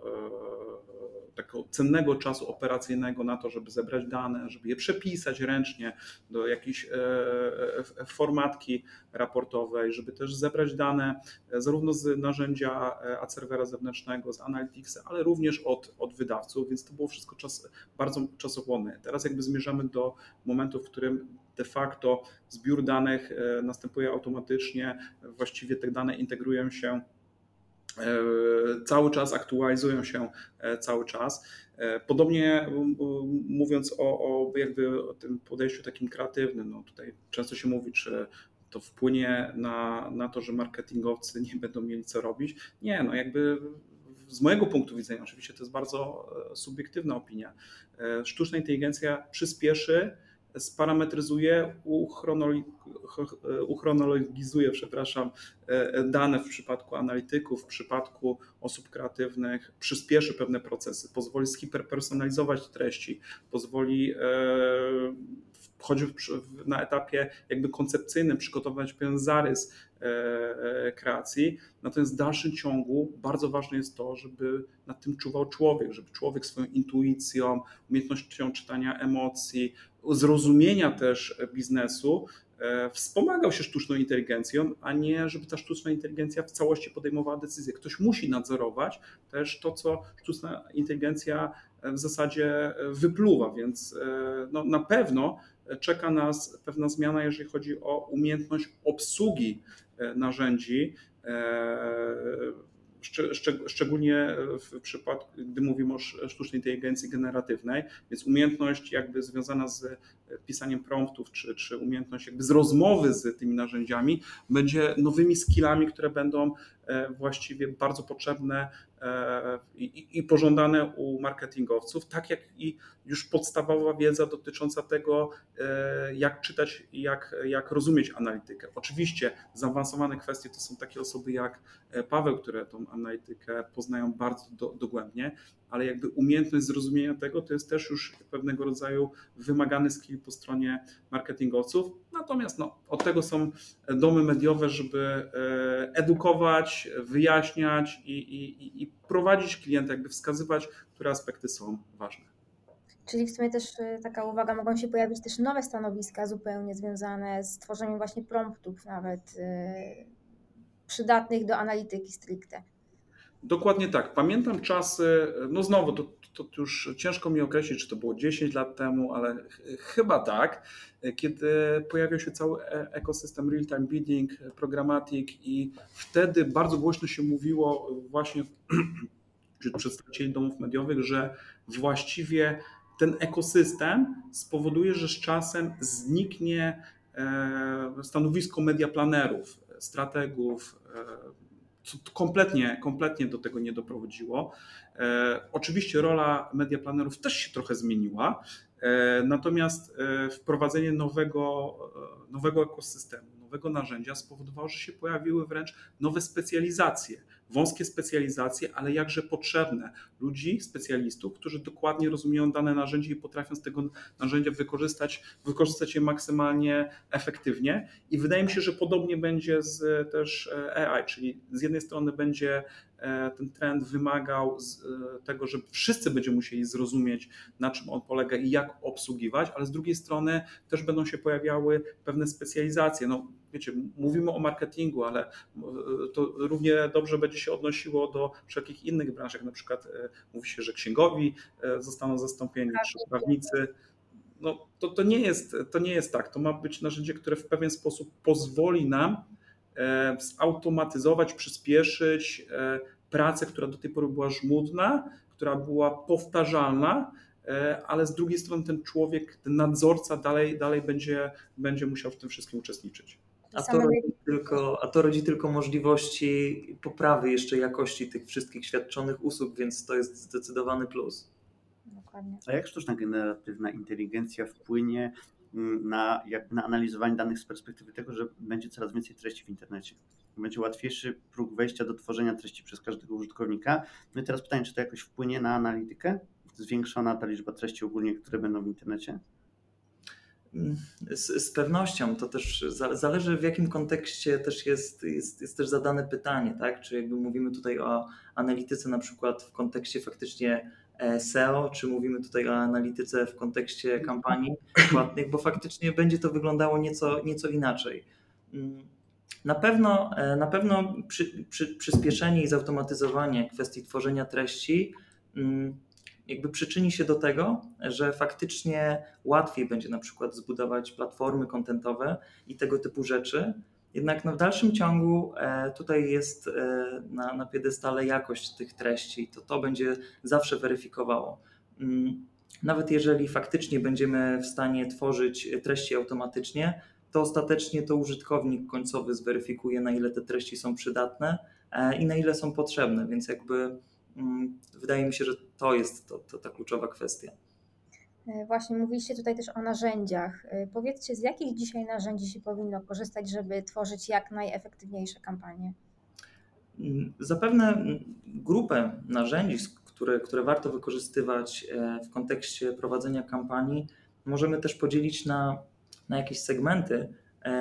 Speaker 3: e, takiego cennego czasu operacyjnego na to, żeby zebrać dane, żeby je przepisać ręcznie do jakiejś e, e, formatki raportowej, żeby też zebrać dane zarówno z narzędzia Adservera zewnętrznego, z Analyticsa, ale również od Od, od wydawców, więc to było wszystko czas, bardzo czasochłonne. Teraz jakby zmierzamy do momentu, w którym de facto zbiór danych następuje automatycznie, właściwie te dane integrują się cały czas, aktualizują się cały czas. Podobnie mówiąc o, o jakby o tym podejściu takim kreatywnym, no tutaj często się mówi, czy to wpłynie na, na to, że marketingowcy nie będą mieli co robić. Nie, no jakby w z mojego punktu widzenia, oczywiście to jest bardzo subiektywna opinia, sztuczna inteligencja przyspieszy, sparametryzuje, uchronologizuje, przepraszam, dane w przypadku analityków, w przypadku osób kreatywnych, przyspieszy pewne procesy, pozwoli zhiperpersonalizować treści, pozwoli choćby na etapie jakby koncepcyjnym przygotować pewien zarys kreacji. Natomiast w dalszym ciągu bardzo ważne jest to, żeby nad tym czuwał człowiek, żeby człowiek swoją intuicją, umiejętnością czytania emocji, zrozumienia też biznesu wspomagał się sztuczną inteligencją, a nie żeby ta sztuczna inteligencja w całości podejmowała decyzje. Ktoś musi nadzorować też to, co sztuczna inteligencja w zasadzie wypluwa, więc no, na pewno czeka nas pewna zmiana, jeżeli chodzi o umiejętność obsługi narzędzi, szczególnie w przypadku, gdy mówimy o sztucznej inteligencji generatywnej, więc umiejętność jakby związana z pisaniem promptów, czy, czy umiejętność jakby z rozmowy z tymi narzędziami będzie nowymi skillami, które będą właściwie bardzo potrzebne i, i pożądane u marketingowców, tak jak i już podstawowa wiedza dotycząca tego, jak czytać i jak, jak rozumieć analitykę. Oczywiście zaawansowane kwestie to są takie osoby jak Paweł, które tą analitykę poznają bardzo do, dogłębnie, ale jakby umiejętność zrozumienia tego to jest też już pewnego rodzaju wymagany skill po stronie marketingowców. Natomiast no, od tego są domy mediowe, żeby edukować, wyjaśniać i, i, i prowadzić klienta, jakby wskazywać, które aspekty są ważne.
Speaker 2: Czyli w sumie też taka uwaga, mogą się pojawić też nowe stanowiska zupełnie związane z tworzeniem właśnie promptów nawet yy, przydatnych do analityki stricte.
Speaker 3: Dokładnie tak. Pamiętam czasy, no znowu, to, to już ciężko mi określić, czy to było dziesięć lat temu, ale ch- chyba tak, kiedy pojawił się cały ekosystem real-time bidding, programmatic i wtedy bardzo głośno się mówiło właśnie wśród przedstawicieli domów mediowych, że właściwie ten ekosystem spowoduje, że z czasem zniknie stanowisko mediaplanerów, strategów. Co kompletnie, kompletnie do tego nie doprowadziło. E, oczywiście rola mediaplanerów też się trochę zmieniła, e, natomiast e, wprowadzenie nowego, e, nowego ekosystemu, nowego narzędzia spowodowało, że się pojawiły wręcz nowe specjalizacje, wąskie specjalizacje, ale jakże potrzebne. Ludzi, specjalistów, którzy dokładnie rozumieją dane narzędzie i potrafią z tego narzędzia wykorzystać, wykorzystać je maksymalnie efektywnie. I wydaje mi się, że podobnie będzie z też A I, czyli z jednej strony będzie ten trend wymagał tego, że wszyscy będziemy musieli zrozumieć, na czym on polega i jak obsługiwać, ale z drugiej strony też będą się pojawiały pewne specjalizacje. No, wiecie, mówimy o marketingu, ale to równie dobrze będzie się odnosiło do wszelkich innych branż, jak na przykład mówi się, że księgowi zostaną zastąpieni, czy prawnicy. No, to, to, nie jest, to nie jest tak. To ma być narzędzie, które w pewien sposób pozwoli nam zautomatyzować, przyspieszyć pracę, która do tej pory była żmudna, która była powtarzalna, ale z drugiej strony ten człowiek, ten nadzorca dalej, dalej będzie, będzie musiał w tym wszystkim uczestniczyć.
Speaker 4: A to, rodzi tylko, a to rodzi tylko możliwości poprawy jeszcze jakości tych wszystkich świadczonych usług, więc to jest zdecydowany plus.
Speaker 2: Dokładnie.
Speaker 5: A jak sztuczna generatywna inteligencja wpłynie na, jakby na analizowanie danych z perspektywy tego, że będzie coraz więcej treści w internecie? Będzie łatwiejszy próg wejścia do tworzenia treści przez każdego użytkownika. No i teraz pytanie, czy to jakoś wpłynie na analitykę? Zwiększona ta liczba treści ogólnie, które będą w internecie?
Speaker 4: Z, z pewnością, to też zależy, w jakim kontekście też jest, jest, jest też zadane pytanie, tak? Czy jakby mówimy tutaj o analityce na przykład w kontekście faktycznie S E O, czy mówimy tutaj o analityce w kontekście kampanii płatnych, bo faktycznie będzie to wyglądało nieco, nieco inaczej. Na pewno, na pewno przy, przy, przyspieszenie i zautomatyzowanie kwestii tworzenia treści jakby przyczyni się do tego, że faktycznie łatwiej będzie na przykład zbudować platformy kontentowe i tego typu rzeczy. Jednak no w dalszym ciągu tutaj jest na, na piedestale jakość tych treści, to to będzie zawsze weryfikowało. Nawet jeżeli faktycznie będziemy w stanie tworzyć treści automatycznie, to ostatecznie to użytkownik końcowy zweryfikuje, na ile te treści są przydatne i na ile są potrzebne, więc jakby Wydaje mi się, że to jest to, to ta kluczowa kwestia.
Speaker 2: Właśnie mówiliście tutaj też o narzędziach. Powiedzcie, z jakich dzisiaj narzędzi się powinno korzystać, żeby tworzyć jak najefektywniejsze kampanie?
Speaker 4: Zapewne grupę narzędzi, które, które warto wykorzystywać w kontekście prowadzenia kampanii, możemy też podzielić na, na jakieś segmenty.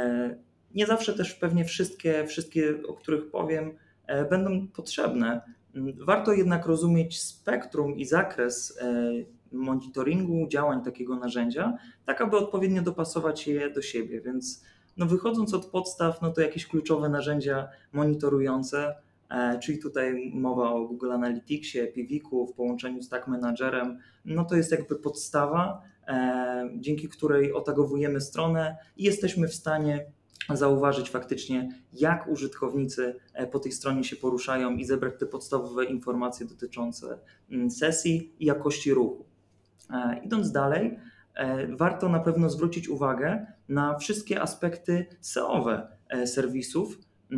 Speaker 4: Nie zawsze też pewnie wszystkie, wszystkie, o których powiem, będą potrzebne. Warto jednak rozumieć spektrum i zakres monitoringu działań takiego narzędzia, tak aby odpowiednio dopasować je do siebie. Więc no wychodząc od podstaw, no to jakieś kluczowe narzędzia monitorujące, czyli tutaj mowa o Google Analyticsie, Piwiku w połączeniu z Tag Managerem, no to jest jakby podstawa, dzięki której otagowujemy stronę i jesteśmy w stanie zauważyć faktycznie, jak użytkownicy po tej stronie się poruszają i zebrać te podstawowe informacje dotyczące sesji i jakości ruchu. Idąc dalej, warto na pewno zwrócić uwagę na wszystkie aspekty S E O-we serwisów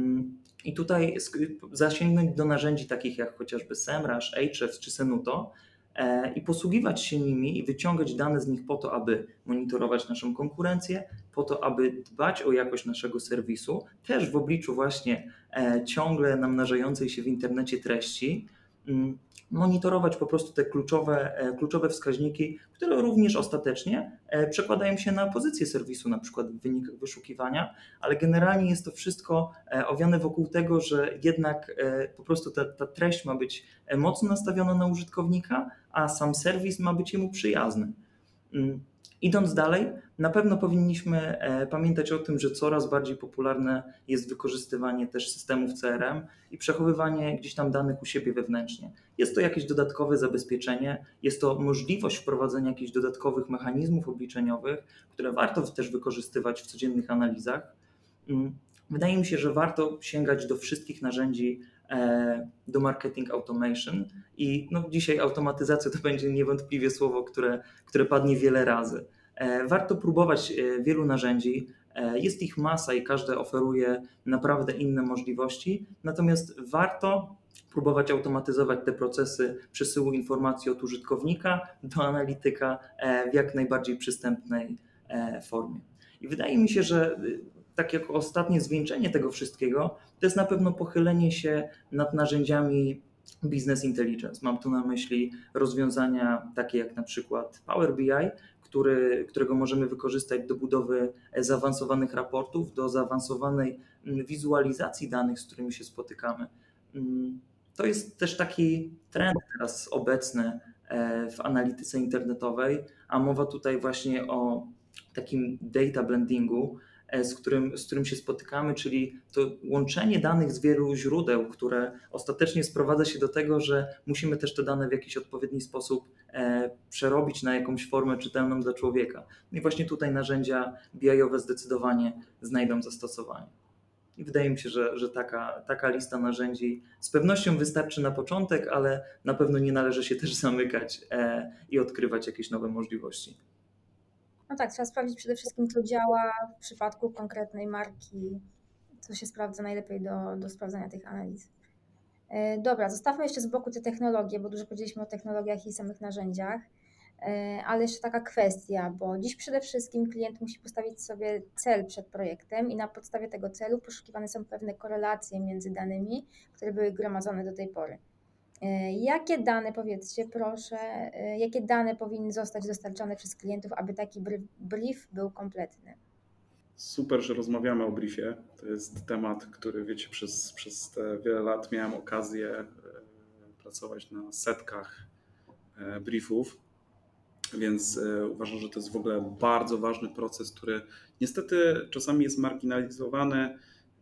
Speaker 4: i tutaj zasięgnąć do narzędzi takich jak chociażby SEMrush, Ahrefs czy Senuto i posługiwać się nimi i wyciągać dane z nich po to, aby monitorować naszą konkurencję, po to, aby dbać o jakość naszego serwisu, też w obliczu właśnie ciągle namnażającej się w internecie treści, monitorować po prostu te kluczowe, kluczowe wskaźniki, które również ostatecznie przekładają się na pozycję serwisu, na przykład w wynikach wyszukiwania, ale generalnie jest to wszystko owiane wokół tego, że jednak po prostu ta, ta treść ma być mocno nastawiona na użytkownika, a sam serwis ma być jemu przyjazny. Idąc dalej, na pewno powinniśmy pamiętać o tym, że coraz bardziej popularne jest wykorzystywanie też systemów C R M i przechowywanie gdzieś tam danych u siebie wewnętrznie. Jest to jakieś dodatkowe zabezpieczenie, jest to możliwość wprowadzenia jakichś dodatkowych mechanizmów obliczeniowych, które warto też wykorzystywać w codziennych analizach. Wydaje mi się, że warto sięgać do wszystkich narzędzi do marketing automation i no, dzisiaj automatyzacja to będzie niewątpliwie słowo, które, które padnie wiele razy. Warto próbować wielu narzędzi, jest ich masa i każde oferuje naprawdę inne możliwości, natomiast warto próbować automatyzować te procesy przesyłu informacji od użytkownika do analityka w jak najbardziej przystępnej formie. I wydaje mi się, że tak jako ostatnie zwieńczenie tego wszystkiego, to jest na pewno pochylenie się nad narzędziami business intelligence. Mam tu na myśli rozwiązania takie jak na przykład Power B I, który, którego możemy wykorzystać do budowy zaawansowanych raportów, do zaawansowanej wizualizacji danych, z którymi się spotykamy. To jest też taki trend teraz obecny w analityce internetowej, a mowa tutaj właśnie o takim data blendingu, z którym, z którym się spotykamy, czyli to łączenie danych z wielu źródeł, które ostatecznie sprowadza się do tego, że musimy też te dane w jakiś odpowiedni sposób e, przerobić na jakąś formę czytelną dla człowieka. No i właśnie tutaj narzędzia B I-owe zdecydowanie znajdą zastosowanie. I wydaje mi się, że, że taka, taka lista narzędzi z pewnością wystarczy na początek, ale na pewno nie należy się też zamykać e, i odkrywać jakieś nowe możliwości.
Speaker 2: No tak, trzeba sprawdzić przede wszystkim, co działa w przypadku konkretnej marki, co się sprawdza najlepiej do, do sprawdzania tych analiz. Dobra, zostawmy jeszcze z boku te technologie, bo dużo powiedzieliśmy o technologiach i samych narzędziach, ale jeszcze taka kwestia, bo dziś przede wszystkim klient musi postawić sobie cel przed projektem i na podstawie tego celu poszukiwane są pewne korelacje między danymi, które były gromadzone do tej pory. Jakie dane, powiedzcie proszę, jakie dane powinny zostać dostarczone przez klientów, aby taki brief był kompletny?
Speaker 3: Super, że rozmawiamy o briefie. To jest temat, który wiecie, przez, przez te wiele lat miałem okazję pracować na setkach briefów, więc uważam, że to jest w ogóle bardzo ważny proces, który niestety czasami jest marginalizowany.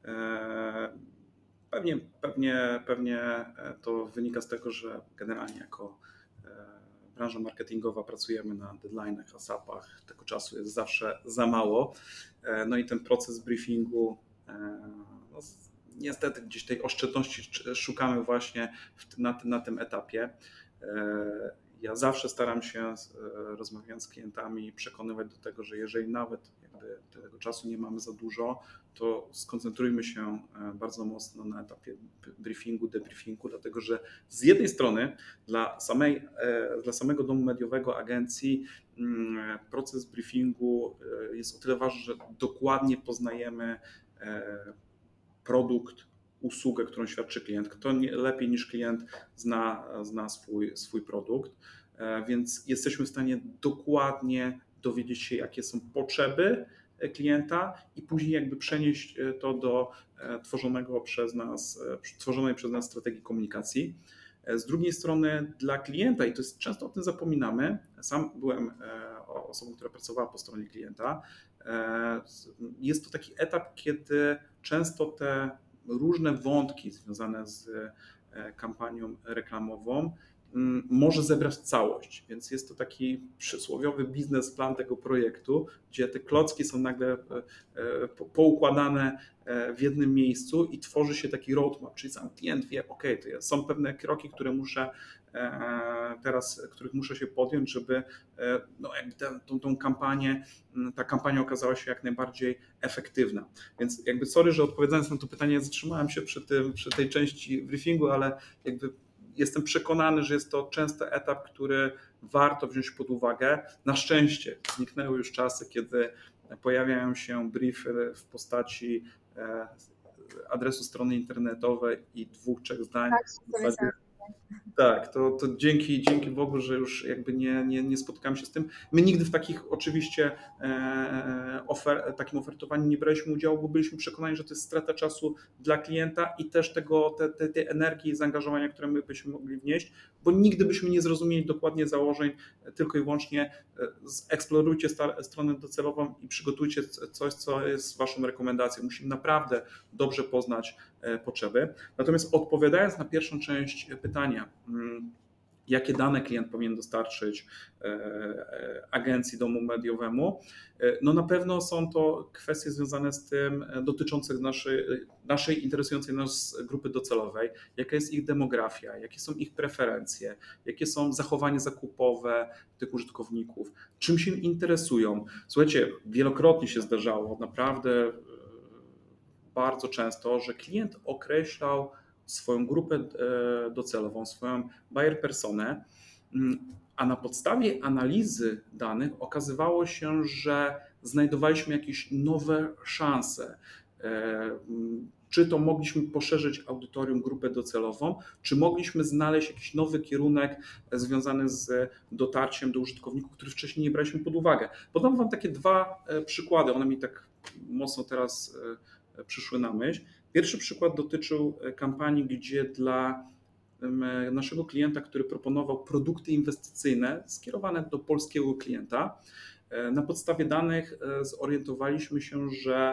Speaker 3: Pewnie, pewnie, pewnie to wynika z tego, że generalnie jako branża marketingowa pracujemy na deadline'ach, asapach, tego czasu jest zawsze za mało. No i ten proces briefingu, no, niestety gdzieś tej oszczędności szukamy właśnie na tym, na tym etapie. Ja zawsze staram się, rozmawiając z klientami, przekonywać do tego, że jeżeli nawet jakby tego czasu nie mamy za dużo, to skoncentrujmy się bardzo mocno na etapie briefingu, debriefingu, dlatego że z jednej strony dla, samej, dla samego domu mediowego, agencji proces briefingu jest o tyle ważny, że dokładnie poznajemy produkt, usługę, którą świadczy klient. Kto nie, lepiej niż klient zna, zna swój, swój produkt, więc jesteśmy w stanie dokładnie dowiedzieć się, jakie są potrzeby klienta i później jakby przenieść to do tworzonego przez nas, tworzonej przez nas strategii komunikacji. Z drugiej strony dla klienta, i to jest często o tym zapominamy, sam byłem osobą, która pracowała po stronie klienta, jest to taki etap, kiedy często te różne wątki związane z kampanią reklamową może zebrać całość, więc jest to taki przysłowiowy biznesplan tego projektu, gdzie te klocki są nagle poukładane w jednym miejscu i tworzy się taki roadmap, czyli sam klient wie, ok, to są pewne kroki, które muszę teraz, których muszę się podjąć, żeby no, jakby tę, tą, tą kampanię, ta kampania okazała się jak najbardziej efektywna. Więc jakby sorry, że odpowiadając na to pytanie zatrzymałem się przy, tym, przy tej części briefingu, ale jakby jestem przekonany, że jest to często etap, który warto wziąć pod uwagę. Na szczęście zniknęły już czasy, kiedy pojawiają się briefy w postaci adresu strony internetowej i dwóch, trzech zdań.
Speaker 2: Tak,
Speaker 3: Tak, to, to dzięki, dzięki Bogu, że już jakby nie, nie, nie spotkałem się z tym. My nigdy w takich oczywiście e, ofer, takim ofertowaniu nie braliśmy udziału, bo byliśmy przekonani, że to jest strata czasu dla klienta i też tego, te, te, tej energii i zaangażowania, które my byśmy mogli wnieść, bo nigdy byśmy nie zrozumieli dokładnie założeń, tylko i wyłącznie eksplorujcie star, stronę docelową i przygotujcie coś, co jest waszą rekomendacją. Musimy naprawdę dobrze poznać potrzeby. Natomiast odpowiadając na pierwszą część pytania, jakie dane klient powinien dostarczyć agencji, domu mediowemu, no na pewno są to kwestie związane z tym dotyczące naszej, naszej interesującej nas grupy docelowej, jaka jest ich demografia, jakie są ich preferencje, jakie są zachowania zakupowe tych użytkowników, czym się interesują. Słuchajcie, wielokrotnie się zdarzało, naprawdę bardzo często, że klient określał swoją grupę docelową, swoją buyer personę, a na podstawie analizy danych okazywało się, że znajdowaliśmy jakieś nowe szanse. Czy to mogliśmy poszerzyć audytorium, grupę docelową, czy mogliśmy znaleźć jakiś nowy kierunek związany z dotarciem do użytkowników, których wcześniej nie braliśmy pod uwagę. Podam Wam takie dwa przykłady, one mi tak mocno teraz przyszły na myśl. Pierwszy przykład dotyczył kampanii, gdzie dla naszego klienta, który proponował produkty inwestycyjne skierowane do polskiego klienta, na podstawie danych zorientowaliśmy się, że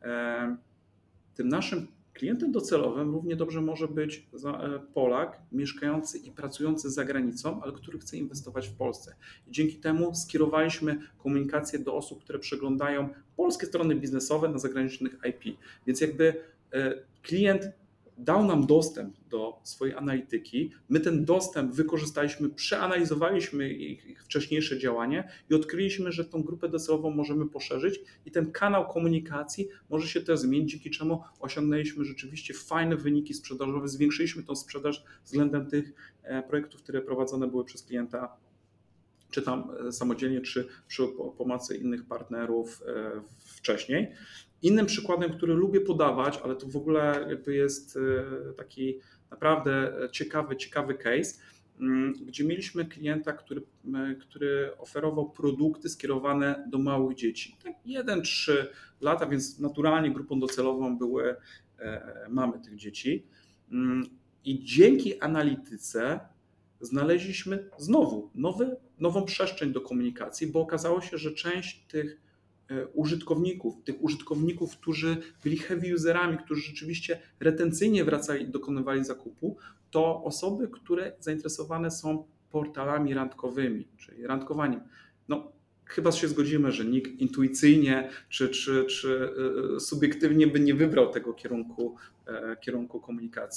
Speaker 3: tym naszym klientem docelowym równie dobrze może być Polak mieszkający i pracujący za granicą, ale który chce inwestować w Polsce. I dzięki temu skierowaliśmy komunikację do osób, które przeglądają polskie strony biznesowe na zagranicznych I P. Więc jakby klient dał nam dostęp do swojej analityki, my ten dostęp wykorzystaliśmy, przeanalizowaliśmy ich, ich wcześniejsze działanie i odkryliśmy, że tą grupę docelową możemy poszerzyć i ten kanał komunikacji może się też zmienić, dzięki czemu osiągnęliśmy rzeczywiście fajne wyniki sprzedażowe, zwiększyliśmy tą sprzedaż względem tych projektów, które prowadzone były przez klienta, czy tam samodzielnie, czy przy pomocy innych partnerów wcześniej. Innym przykładem, który lubię podawać, ale to w ogóle jakby jest taki naprawdę ciekawy, ciekawy case, gdzie mieliśmy klienta, który, który oferował produkty skierowane do małych dzieci. Tak jeden trzy lata, więc naturalnie grupą docelową były mamy tych dzieci. I dzięki analityce znaleźliśmy znowu nowy, nową przestrzeń do komunikacji, bo okazało się, że część tych użytkowników, tych użytkowników, którzy byli heavy userami, którzy rzeczywiście retencyjnie wracali i dokonywali zakupu, to osoby, które zainteresowane są portalami randkowymi, czyli randkowaniem. No, chyba się zgodzimy, że nikt intuicyjnie czy, czy, czy subiektywnie by nie wybrał tego kierunku, kierunku komunikacji.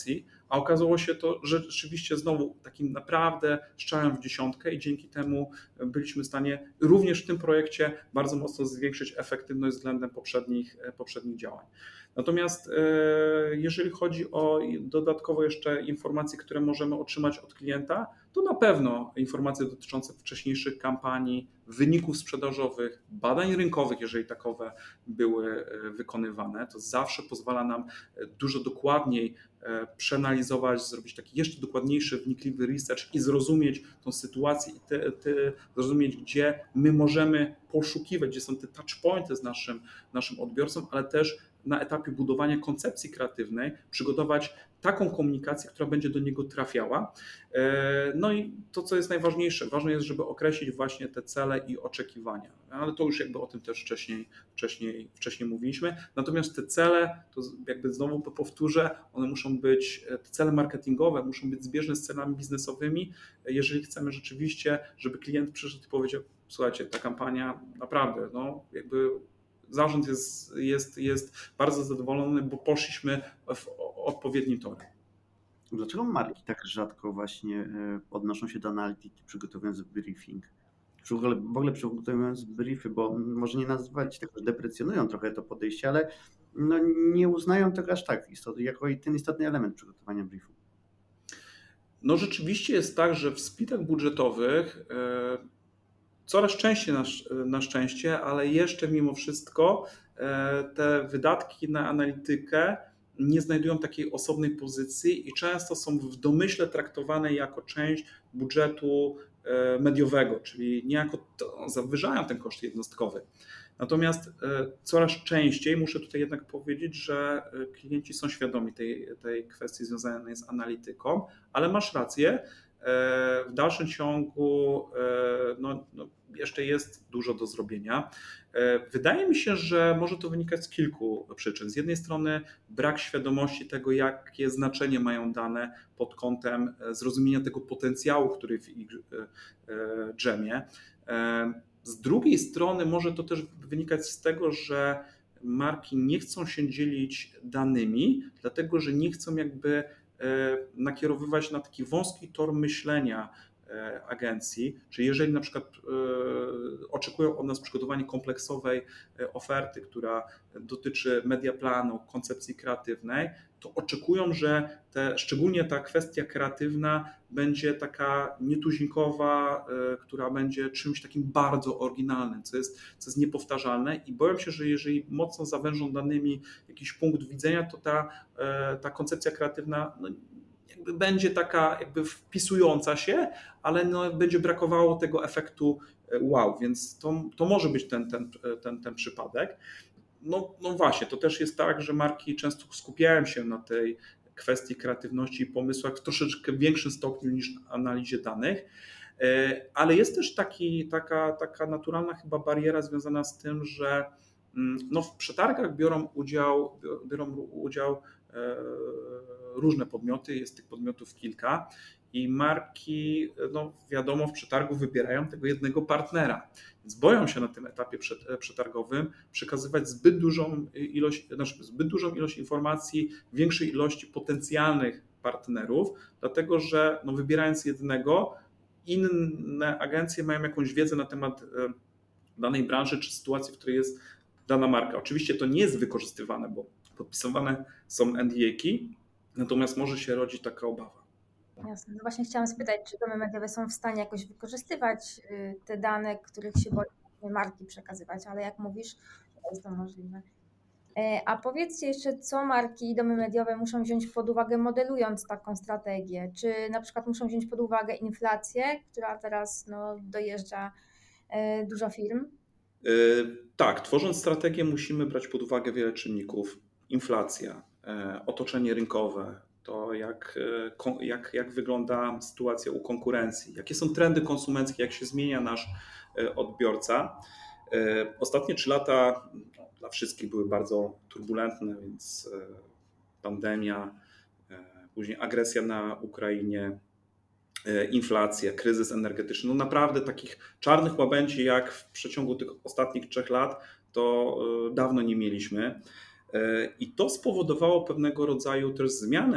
Speaker 3: a okazało się to, że rzeczywiście znowu takim naprawdę strzałem w dziesiątkę i dzięki temu byliśmy w stanie również w tym projekcie bardzo mocno zwiększyć efektywność względem poprzednich, poprzednich działań. Natomiast jeżeli chodzi o dodatkowo jeszcze informacje, które możemy otrzymać od klienta, to na pewno informacje dotyczące wcześniejszych kampanii, wyników sprzedażowych, badań rynkowych, jeżeli takowe były wykonywane, to zawsze pozwala nam dużo dokładniej przeanalizować, zrobić taki jeszcze dokładniejszy, wnikliwy research i zrozumieć tą sytuację i te, te, zrozumieć, gdzie my możemy poszukiwać, gdzie są te touchpointy z naszym, naszym odbiorcą, ale też na etapie budowania koncepcji kreatywnej przygotować taką komunikację, która będzie do niego trafiała. No i to, co jest najważniejsze, ważne jest, żeby określić właśnie te cele i oczekiwania, ale to już jakby o tym też wcześniej, wcześniej, wcześniej mówiliśmy. Natomiast te cele, to jakby znowu powtórzę, one muszą być, te cele marketingowe muszą być zbieżne z celami biznesowymi, jeżeli chcemy rzeczywiście, żeby klient przyszedł i powiedział, słuchajcie, ta kampania naprawdę, no jakby zarząd jest, jest, jest bardzo zadowolony, bo poszliśmy w odpowiednim torem.
Speaker 5: Dlaczego marki tak rzadko właśnie odnoszą się do analityki, przygotowując briefing? W ogóle, w ogóle przygotowując briefy, bo może nie nazywać tego, deprecjonują trochę to podejście, ale no nie uznają tego aż tak jako ten istotny element przygotowania briefu.
Speaker 3: No rzeczywiście jest tak, że w splitach budżetowych coraz częściej na, na szczęście, ale jeszcze mimo wszystko te wydatki na analitykę nie znajdują takiej osobnej pozycji i często są w domyśle traktowane jako część budżetu mediowego, czyli niejako zawyżają ten koszt jednostkowy. Natomiast coraz częściej muszę tutaj jednak powiedzieć, że klienci są świadomi tej, tej kwestii związanej z analityką, ale masz rację, w dalszym ciągu no, no, jeszcze jest dużo do zrobienia. Wydaje mi się, że może to wynikać z kilku przyczyn. Z jednej strony brak świadomości tego, jakie znaczenie mają dane pod kątem zrozumienia tego potencjału, który w ich drzemie. Z drugiej strony może to też wynikać z tego, że marki nie chcą się dzielić danymi, dlatego że nie chcą jakby nakierowywać na taki wąski tor myślenia agencji, czyli jeżeli na przykład oczekują od nas przygotowania kompleksowej oferty, która dotyczy mediaplanu, koncepcji kreatywnej, to oczekują, że te, szczególnie ta kwestia kreatywna będzie taka nietuzinkowa, która będzie czymś takim bardzo oryginalnym, co jest, co jest niepowtarzalne i boją się, że jeżeli mocno zawężą danymi jakiś punkt widzenia, to ta, ta koncepcja kreatywna no, jakby będzie taka jakby wpisująca się, ale no będzie brakowało tego efektu wow, więc to, to może być ten, ten, ten, ten przypadek. No, no właśnie, to też jest tak, że marki często skupiają się na tej kwestii kreatywności i pomysłach w troszeczkę większym stopniu niż analizie danych, ale jest też taki, taka, taka naturalna chyba bariera związana z tym, że no w przetargach biorą udział, biorą udział różne podmioty, jest tych podmiotów kilka i marki, no wiadomo, w przetargu wybierają tego jednego partnera, więc boją się na tym etapie przetargowym przekazywać zbyt dużą ilość, znaczy zbyt dużą ilość informacji, większej ilości potencjalnych partnerów, dlatego że no, wybierając jednego, inne agencje mają jakąś wiedzę na temat danej branży czy sytuacji, w której jest dana marka. Oczywiście to nie jest wykorzystywane, bo podpisywane są N D A-ki, natomiast może się rodzić taka obawa.
Speaker 2: Jasne. No właśnie chciałam spytać, czy domy mediowe są w stanie jakoś wykorzystywać te dane, których się boją marki przekazywać, ale jak mówisz, to jest to możliwe. A powiedzcie jeszcze, co marki i domy mediowe muszą wziąć pod uwagę, modelując taką strategię? Czy na przykład muszą wziąć pod uwagę inflację, która teraz no, dojeżdża dużo firm?
Speaker 3: Yy, tak, tworząc strategię musimy brać pod uwagę wiele czynników. Inflacja, yy, otoczenie rynkowe, to jak, yy, jak, jak wygląda sytuacja u konkurencji, jakie są trendy konsumenckie, jak się zmienia nasz yy, odbiorca. Yy, ostatnie trzy lata no, dla wszystkich były bardzo turbulentne, więc yy, pandemia, yy, później agresja na Ukrainie, inflacja, kryzys energetyczny, no naprawdę takich czarnych łabędzi jak w przeciągu tych ostatnich trzech lat to dawno nie mieliśmy i to spowodowało pewnego rodzaju też zmianę w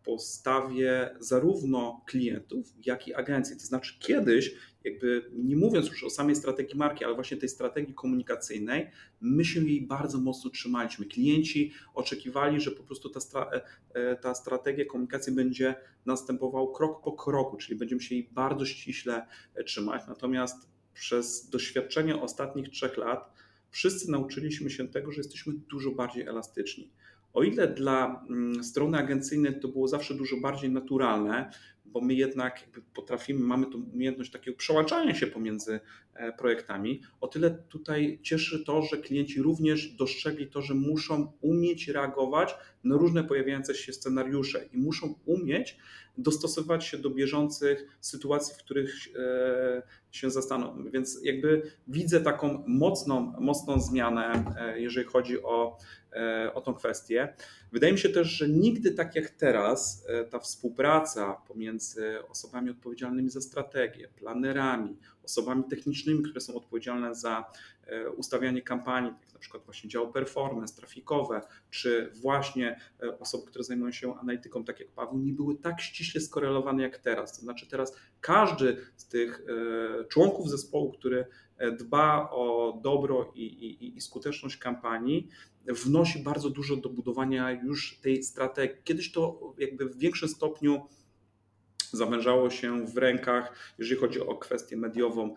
Speaker 3: postawie zarówno klientów, jak i agencji. To znaczy kiedyś, jakby nie mówiąc już o samej strategii marki, ale właśnie tej strategii komunikacyjnej, my się jej bardzo mocno trzymaliśmy. Klienci oczekiwali, że po prostu ta, stra- ta strategia komunikacji będzie następowała krok po kroku, czyli będziemy się jej bardzo ściśle trzymać. Natomiast przez doświadczenie ostatnich trzech lat wszyscy nauczyliśmy się tego, że jesteśmy dużo bardziej elastyczni. O ile dla strony agencyjnej to było zawsze dużo bardziej naturalne, bo my jednak jakby potrafimy, mamy tą umiejętność takiego przełączania się pomiędzy projektami, o tyle tutaj cieszy to, że klienci również dostrzegli to, że muszą umieć reagować na różne pojawiające się scenariusze i muszą umieć dostosować się do bieżących sytuacji, w których się zastaną. Więc jakby widzę taką mocną, mocną zmianę, jeżeli chodzi o, o tą kwestię. Wydaje mi się też, że nigdy tak jak teraz ta współpraca pomiędzy osobami odpowiedzialnymi za strategię, planerami, osobami technicznymi, które są odpowiedzialne za ustawianie kampanii, jak na przykład właśnie dział performance, trafikowe, czy właśnie osoby, które zajmują się analityką, tak jak Paweł, nie były tak ściśle skorelowane jak teraz. To znaczy teraz każdy z tych członków zespołu, który dba o dobro i, i, i skuteczność kampanii, wnosi bardzo dużo do budowania już tej strategii. Kiedyś to jakby w większym stopniu zawężało się w rękach, jeżeli chodzi o kwestię mediową,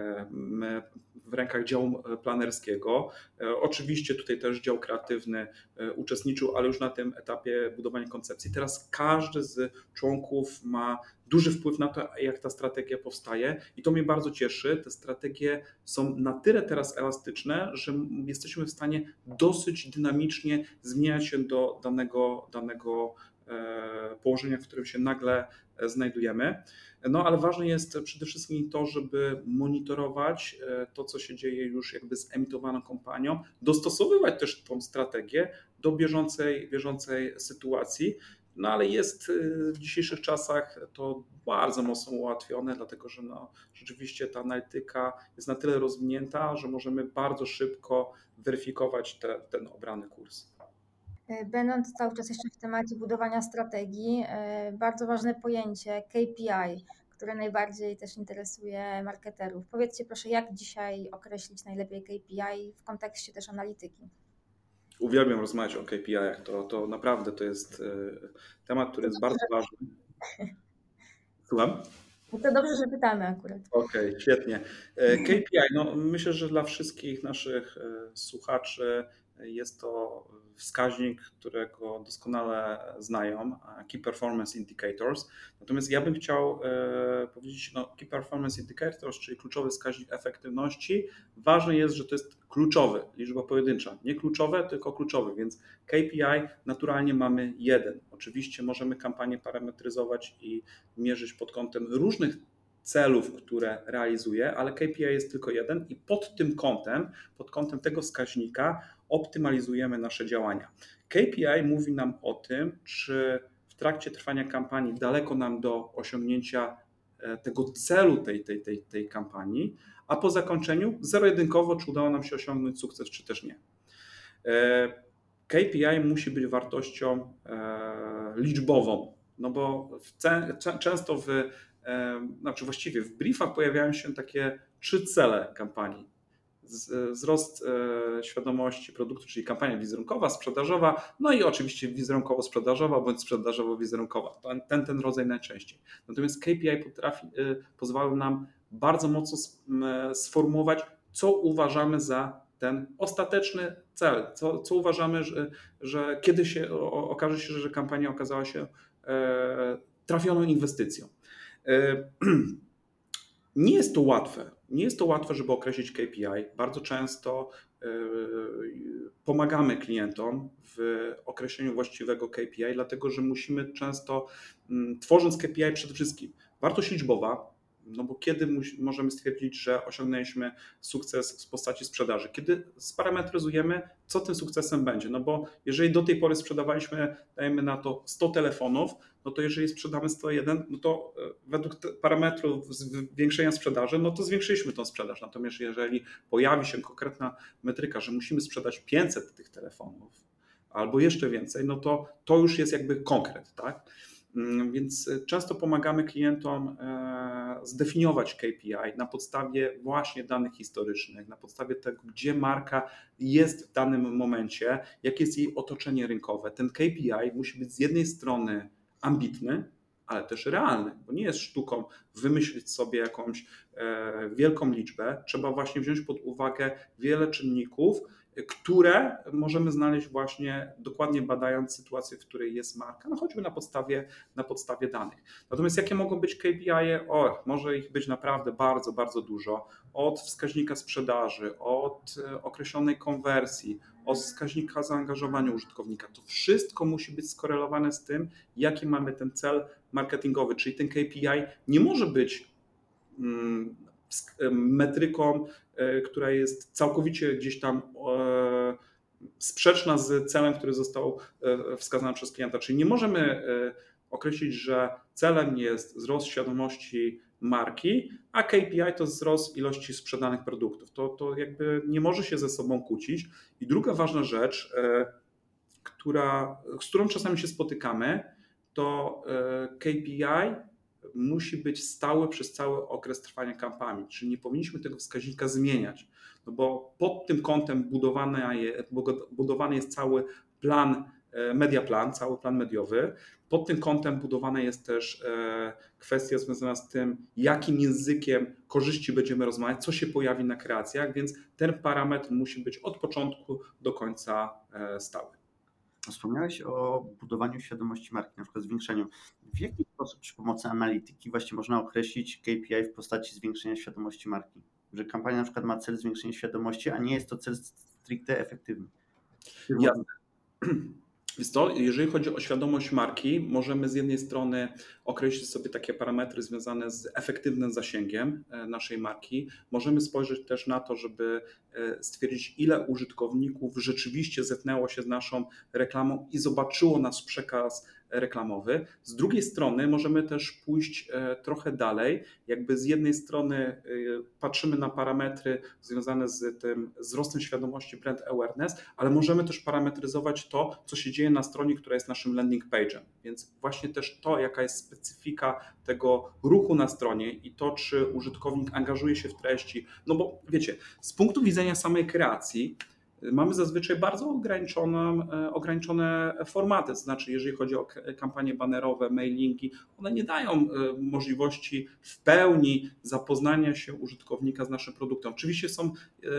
Speaker 3: w rękach działu planerskiego. Oczywiście tutaj też dział kreatywny uczestniczył, ale już na tym etapie budowania koncepcji. Teraz każdy z członków ma duży wpływ na to, jak ta strategia powstaje i to mnie bardzo cieszy. Te strategie są na tyle teraz elastyczne, że jesteśmy w stanie dosyć dynamicznie zmieniać się do danego, danego położenia, w którym się nagle znajdujemy. No ale ważne jest przede wszystkim to, żeby monitorować to, co się dzieje już jakby z emitowaną kampanią, dostosowywać też tą strategię do bieżącej, bieżącej sytuacji. No ale jest w dzisiejszych czasach to bardzo mocno ułatwione, dlatego że no, rzeczywiście ta analityka jest na tyle rozwinięta, że możemy bardzo szybko weryfikować te, ten obrany kurs.
Speaker 2: Będąc cały czas jeszcze w temacie budowania strategii, bardzo ważne pojęcie K P I, które najbardziej też interesuje marketerów. Powiedzcie proszę, jak dzisiaj określić najlepiej K P I w kontekście też analityki?
Speaker 3: Uwielbiam rozmawiać o K P I-ach, to, to naprawdę to jest temat, który jest bardzo ważny. Słucham?
Speaker 2: No to dobrze, że pytamy akurat.
Speaker 3: Okej, okay, świetnie. K P I, no myślę, że dla wszystkich naszych słuchaczy jest to wskaźnik, którego doskonale znają, Key Performance Indicators. Natomiast ja bym chciał powiedzieć, no Key Performance Indicators, czyli kluczowy wskaźnik efektywności. Ważne jest, że to jest kluczowy, liczba pojedyncza. Nie kluczowe, tylko kluczowy, więc K P I naturalnie mamy jeden. Oczywiście możemy kampanię parametryzować i mierzyć pod kątem różnych celów, które realizuje, ale K P I jest tylko jeden i pod tym kątem, pod kątem tego wskaźnika optymalizujemy nasze działania. K P I mówi nam o tym, czy w trakcie trwania kampanii daleko nam do osiągnięcia tego celu tej, tej, tej, tej kampanii, a po zakończeniu zero-jedynkowo, czy udało nam się osiągnąć sukces, czy też nie. K P I musi być wartością liczbową, no bo w, często w Znaczy właściwie w briefach pojawiają się takie trzy cele kampanii. Wzrost świadomości produktu, czyli kampania wizerunkowa, sprzedażowa, no i oczywiście wizerunkowo-sprzedażowa bądź sprzedażowo-wizerunkowa. Ten, ten rodzaj najczęściej. Natomiast K P I potrafi, pozwala nam bardzo mocno sformułować, co uważamy za ten ostateczny cel, co, co uważamy, że, że kiedy się okaże się, że kampania okazała się trafioną inwestycją. Nie jest to łatwe. Nie jest to łatwe, żeby określić K P I. Bardzo często pomagamy klientom w określeniu właściwego K P I, dlatego że musimy często, tworząc K P I przede wszystkim, wartość liczbowa, no bo kiedy możemy stwierdzić, że osiągnęliśmy sukces w postaci sprzedaży? Kiedy sparametryzujemy, co tym sukcesem będzie? No bo jeżeli do tej pory sprzedawaliśmy, dajemy na to sto telefonów, no to jeżeli sprzedamy sto jeden, no to według parametrów zwiększenia sprzedaży, no to zwiększyliśmy tą sprzedaż. Natomiast jeżeli pojawi się konkretna metryka, że musimy sprzedać pięćset tych telefonów albo jeszcze więcej, no to to już jest jakby konkret, tak? Więc często pomagamy klientom zdefiniować K P I na podstawie właśnie danych historycznych, na podstawie tego, gdzie marka jest w danym momencie, jakie jest jej otoczenie rynkowe. Ten K P I musi być z jednej strony ambitny, ale też realny, bo nie jest sztuką wymyślić sobie jakąś wielką liczbę. Trzeba właśnie wziąć pod uwagę wiele czynników, które możemy znaleźć właśnie dokładnie badając sytuację, w której jest marka, no choćby na podstawie, na podstawie danych. Natomiast jakie mogą być K P I? O, może ich być naprawdę bardzo, bardzo dużo. Od wskaźnika sprzedaży, od określonej konwersji, od wskaźnika zaangażowania użytkownika. To wszystko musi być skorelowane z tym, jaki mamy ten cel marketingowy, czyli ten K P I nie może być mm, metryką, która jest całkowicie gdzieś tam sprzeczna z celem, który został wskazany przez klienta. Czyli nie możemy określić, że celem jest wzrost świadomości marki, a K P I to wzrost ilości sprzedanych produktów. To, to jakby nie może się ze sobą kłócić. I druga ważna rzecz, która, z którą czasami się spotykamy, to K P I musi być stały przez cały okres trwania kampanii, czyli nie powinniśmy tego wskaźnika zmieniać, no bo pod tym kątem budowany jest, budowany jest cały plan, media plan, cały plan mediowy. Pod tym kątem budowana jest też kwestia związana z tym, jakim językiem korzyści będziemy rozmawiać, co się pojawi na kreacjach, więc ten parametr musi być od początku do końca stały.
Speaker 5: Wspomniałeś o budowaniu świadomości marki, na przykład zwiększeniu. W jaki sposób przy pomocy analityki właśnie można określić K P I w postaci zwiększenia świadomości marki? Że kampania na przykład ma cel zwiększenia świadomości, a nie jest to cel stricte efektywny.
Speaker 3: Jasne. Więc to, jeżeli chodzi o świadomość marki, możemy z jednej strony określić sobie takie parametry związane z efektywnym zasięgiem naszej marki. Możemy spojrzeć też na to, żeby stwierdzić, ile użytkowników rzeczywiście zetknęło się z naszą reklamą i zobaczyło nasz przekaz reklamowy. Z drugiej strony możemy też pójść trochę dalej, jakby z jednej strony patrzymy na parametry związane z tym wzrostem świadomości brand awareness, ale możemy też parametryzować to, co się dzieje na stronie, która jest naszym landing page'em. Więc właśnie też to, jaka jest specyfika tego ruchu na stronie i to, czy użytkownik angażuje się w treści, no bo wiecie, z punktu widzenia samej kreacji mamy zazwyczaj bardzo ograniczone, ograniczone formaty, to znaczy jeżeli chodzi o kampanie banerowe, mailingi, one nie dają możliwości w pełni zapoznania się użytkownika z naszym produktem. Oczywiście są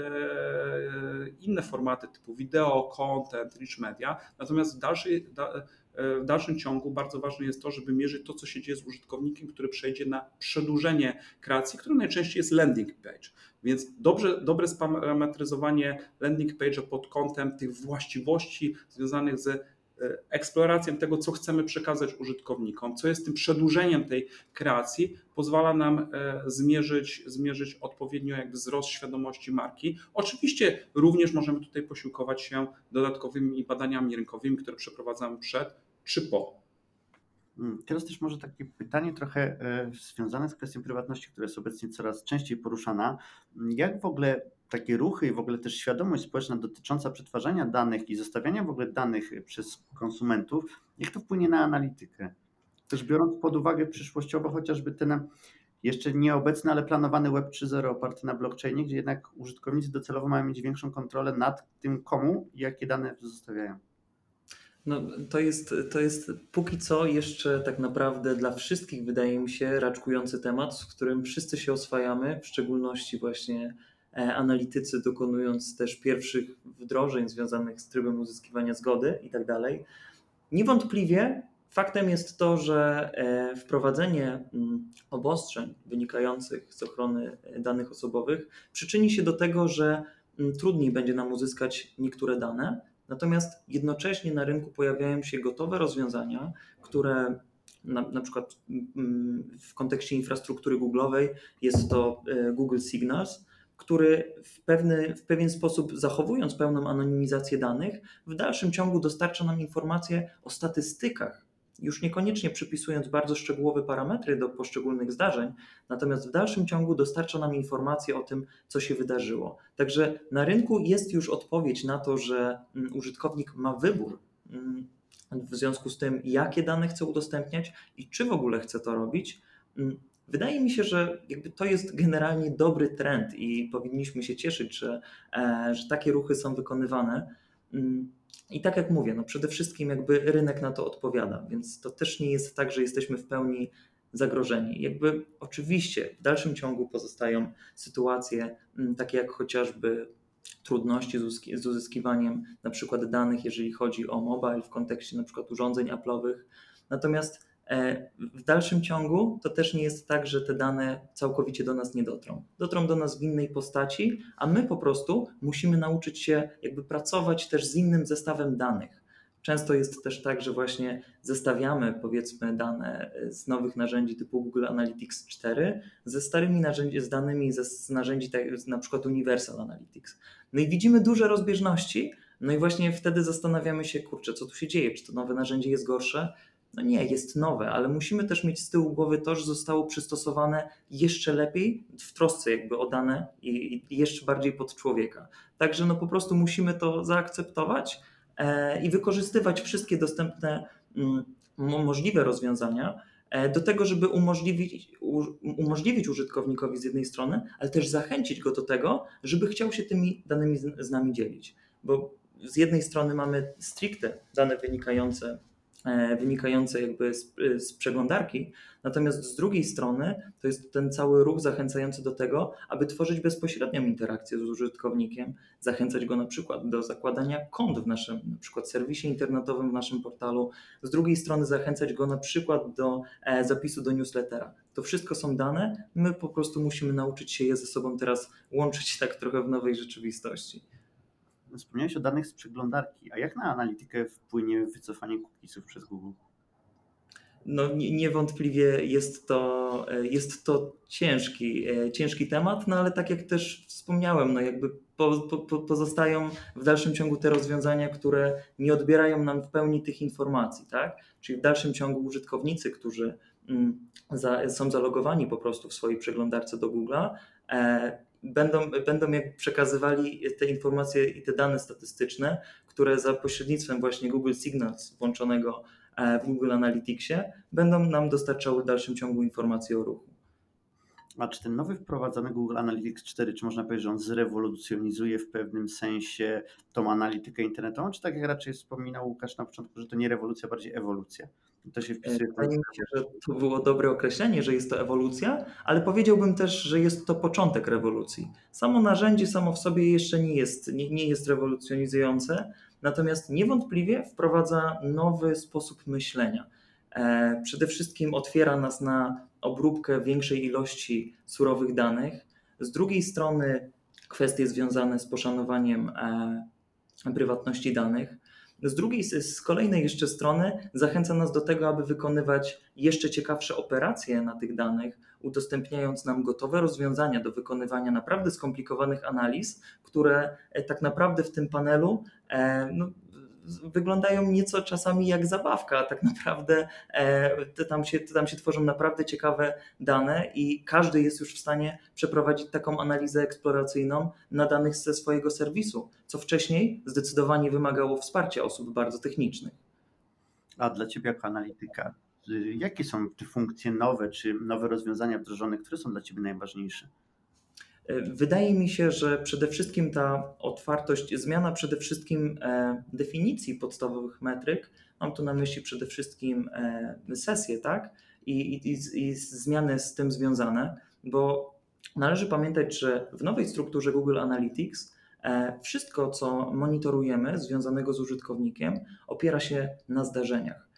Speaker 3: inne formaty typu wideo, content, rich media, natomiast w dalszej, w dalszym ciągu bardzo ważne jest to, żeby mierzyć to, co się dzieje z użytkownikiem, który przejdzie na przedłużenie kreacji, które najczęściej jest landing page. Więc dobrze, dobre sparametryzowanie landing page'a pod kątem tych właściwości związanych z eksploracją tego, co chcemy przekazać użytkownikom, co jest tym przedłużeniem tej kreacji, pozwala nam zmierzyć, zmierzyć odpowiednio jakby wzrost świadomości marki. Oczywiście również możemy tutaj posiłkować się dodatkowymi badaniami rynkowymi, które przeprowadzamy przed czy po.
Speaker 5: Teraz też może takie pytanie trochę związane z kwestią prywatności, która jest obecnie coraz częściej poruszana. Jak w ogóle takie ruchy i w ogóle też świadomość społeczna dotycząca przetwarzania danych i zostawiania w ogóle danych przez konsumentów, jak to wpłynie na analitykę? Też biorąc pod uwagę przyszłościowo chociażby ten jeszcze nieobecny, ale planowany Web trzy zero oparty na blockchainie, gdzie jednak użytkownicy docelowo mają mieć większą kontrolę nad tym, komu i jakie dane zostawiają.
Speaker 4: No, to jest, to jest póki co jeszcze tak naprawdę dla wszystkich, wydaje mi się, raczkujący temat, z którym wszyscy się oswajamy, w szczególności właśnie analitycy, dokonując też pierwszych wdrożeń związanych z trybem uzyskiwania zgody i tak dalej. Niewątpliwie faktem jest to, że wprowadzenie obostrzeń wynikających z ochrony danych osobowych przyczyni się do tego, że trudniej będzie nam uzyskać niektóre dane, natomiast jednocześnie na rynku pojawiają się gotowe rozwiązania, które na, na przykład w kontekście infrastruktury Google'owej jest to Google Signals, który w, pewny, w pewien sposób, zachowując pełną anonimizację danych, w dalszym ciągu dostarcza nam informacje o statystykach, już niekoniecznie przypisując bardzo szczegółowe parametry do poszczególnych zdarzeń, natomiast w dalszym ciągu dostarcza nam informacje o tym, co się wydarzyło. Także na rynku jest już odpowiedź na to, że użytkownik ma wybór w związku z tym, jakie dane chcę udostępniać i czy w ogóle chcę to robić. Wydaje mi się, że jakby to jest generalnie dobry trend i powinniśmy się cieszyć, że, że takie ruchy są wykonywane. I tak jak mówię, no przede wszystkim jakby rynek na to odpowiada, więc to też nie jest tak, że jesteśmy w pełni zagrożeni. Jakby oczywiście w dalszym ciągu pozostają sytuacje takie jak chociażby trudności z uzyskiwaniem na przykład danych, jeżeli chodzi o mobile w kontekście na przykład urządzeń Apple'owych. Natomiast w dalszym ciągu to też nie jest tak, że te dane całkowicie do nas nie dotrą. Dotrą do nas w innej postaci, a my po prostu musimy nauczyć się jakby pracować też z innym zestawem danych. Często jest też tak, że właśnie zestawiamy powiedzmy dane z nowych narzędzi typu Google Analytics cztery ze starymi narzędzi, z danymi ze, z narzędzi na przykład Universal Analytics. No i widzimy duże rozbieżności, no i właśnie wtedy zastanawiamy się, kurczę, co tu się dzieje, czy to nowe narzędzie jest gorsze? No nie, jest nowe, ale musimy też mieć z tyłu głowy to, że zostało przystosowane jeszcze lepiej w trosce jakby o dane i, i jeszcze bardziej pod człowieka. Także no po prostu musimy to zaakceptować e, i wykorzystywać wszystkie dostępne m, możliwe rozwiązania e, do tego, żeby umożliwić, u, umożliwić użytkownikowi z jednej strony, ale też zachęcić go do tego, żeby chciał się tymi danymi z, z nami dzielić. Bo z jednej strony mamy stricte dane wynikające wynikające jakby z, z przeglądarki, natomiast z drugiej strony to jest ten cały ruch zachęcający do tego, aby tworzyć bezpośrednią interakcję z użytkownikiem, zachęcać go na przykład do zakładania kont w naszym na przykład serwisie internetowym, w naszym portalu, z drugiej strony zachęcać go na przykład do e, zapisu do newslettera. To wszystko są dane, my po prostu musimy nauczyć się je ze sobą teraz łączyć tak trochę w nowej rzeczywistości.
Speaker 5: Wspomniałeś o danych z przeglądarki, a jak na analitykę wpłynie wycofanie cookiesów przez Google?
Speaker 4: No niewątpliwie jest to, jest to ciężki, ciężki temat, no ale tak jak też wspomniałem, no jakby po, po, pozostają w dalszym ciągu te rozwiązania, które nie odbierają nam w pełni tych informacji, tak? Czyli w dalszym ciągu użytkownicy, którzy za, są zalogowani po prostu w swojej przeglądarce do Google'a, e, Będą, będą jak przekazywali te informacje i te dane statystyczne, które za pośrednictwem właśnie Google Signals włączonego w Google Analyticsie będą nam dostarczały w dalszym ciągu informacje o ruchu.
Speaker 5: A czy ten nowy wprowadzany Google Analytics cztery, czy można powiedzieć, że on zrewolucjonizuje w pewnym sensie tą analitykę internetową, czy tak jak raczej wspominał Łukasz na początku, że to nie rewolucja, bardziej ewolucja? To się wpisuje.
Speaker 4: Wydaje mi się, że to było dobre określenie, że jest to ewolucja, ale powiedziałbym też, że jest to początek rewolucji. Samo narzędzie samo w sobie jeszcze nie jest, nie, nie jest rewolucjonizujące, natomiast niewątpliwie wprowadza nowy sposób myślenia. E, przede wszystkim otwiera nas na obróbkę większej ilości surowych danych. Z drugiej strony kwestie związane z poszanowaniem e, prywatności danych. Z drugiej, z kolejnej jeszcze strony zachęca nas do tego, aby wykonywać jeszcze ciekawsze operacje na tych danych, udostępniając nam gotowe rozwiązania do wykonywania naprawdę skomplikowanych analiz, które tak naprawdę w tym panelu no, wyglądają nieco czasami jak zabawka, a tak naprawdę te tam, się, te tam się tworzą naprawdę ciekawe dane i każdy jest już w stanie przeprowadzić taką analizę eksploracyjną na danych ze swojego serwisu, co wcześniej zdecydowanie wymagało wsparcia osób bardzo technicznych.
Speaker 5: A dla Ciebie jako analityka, jakie są te funkcje nowe, czy nowe rozwiązania wdrożone, które są dla Ciebie najważniejsze?
Speaker 4: Wydaje mi się, że przede wszystkim ta otwartość, zmiana przede wszystkim definicji podstawowych metryk, mam tu na myśli przede wszystkim sesje, tak? I, i, i zmiany z tym związane, bo należy pamiętać, że w nowej strukturze Google Analytics wszystko, co monitorujemy związanego z użytkownikiem, opiera się na zdarzeniach.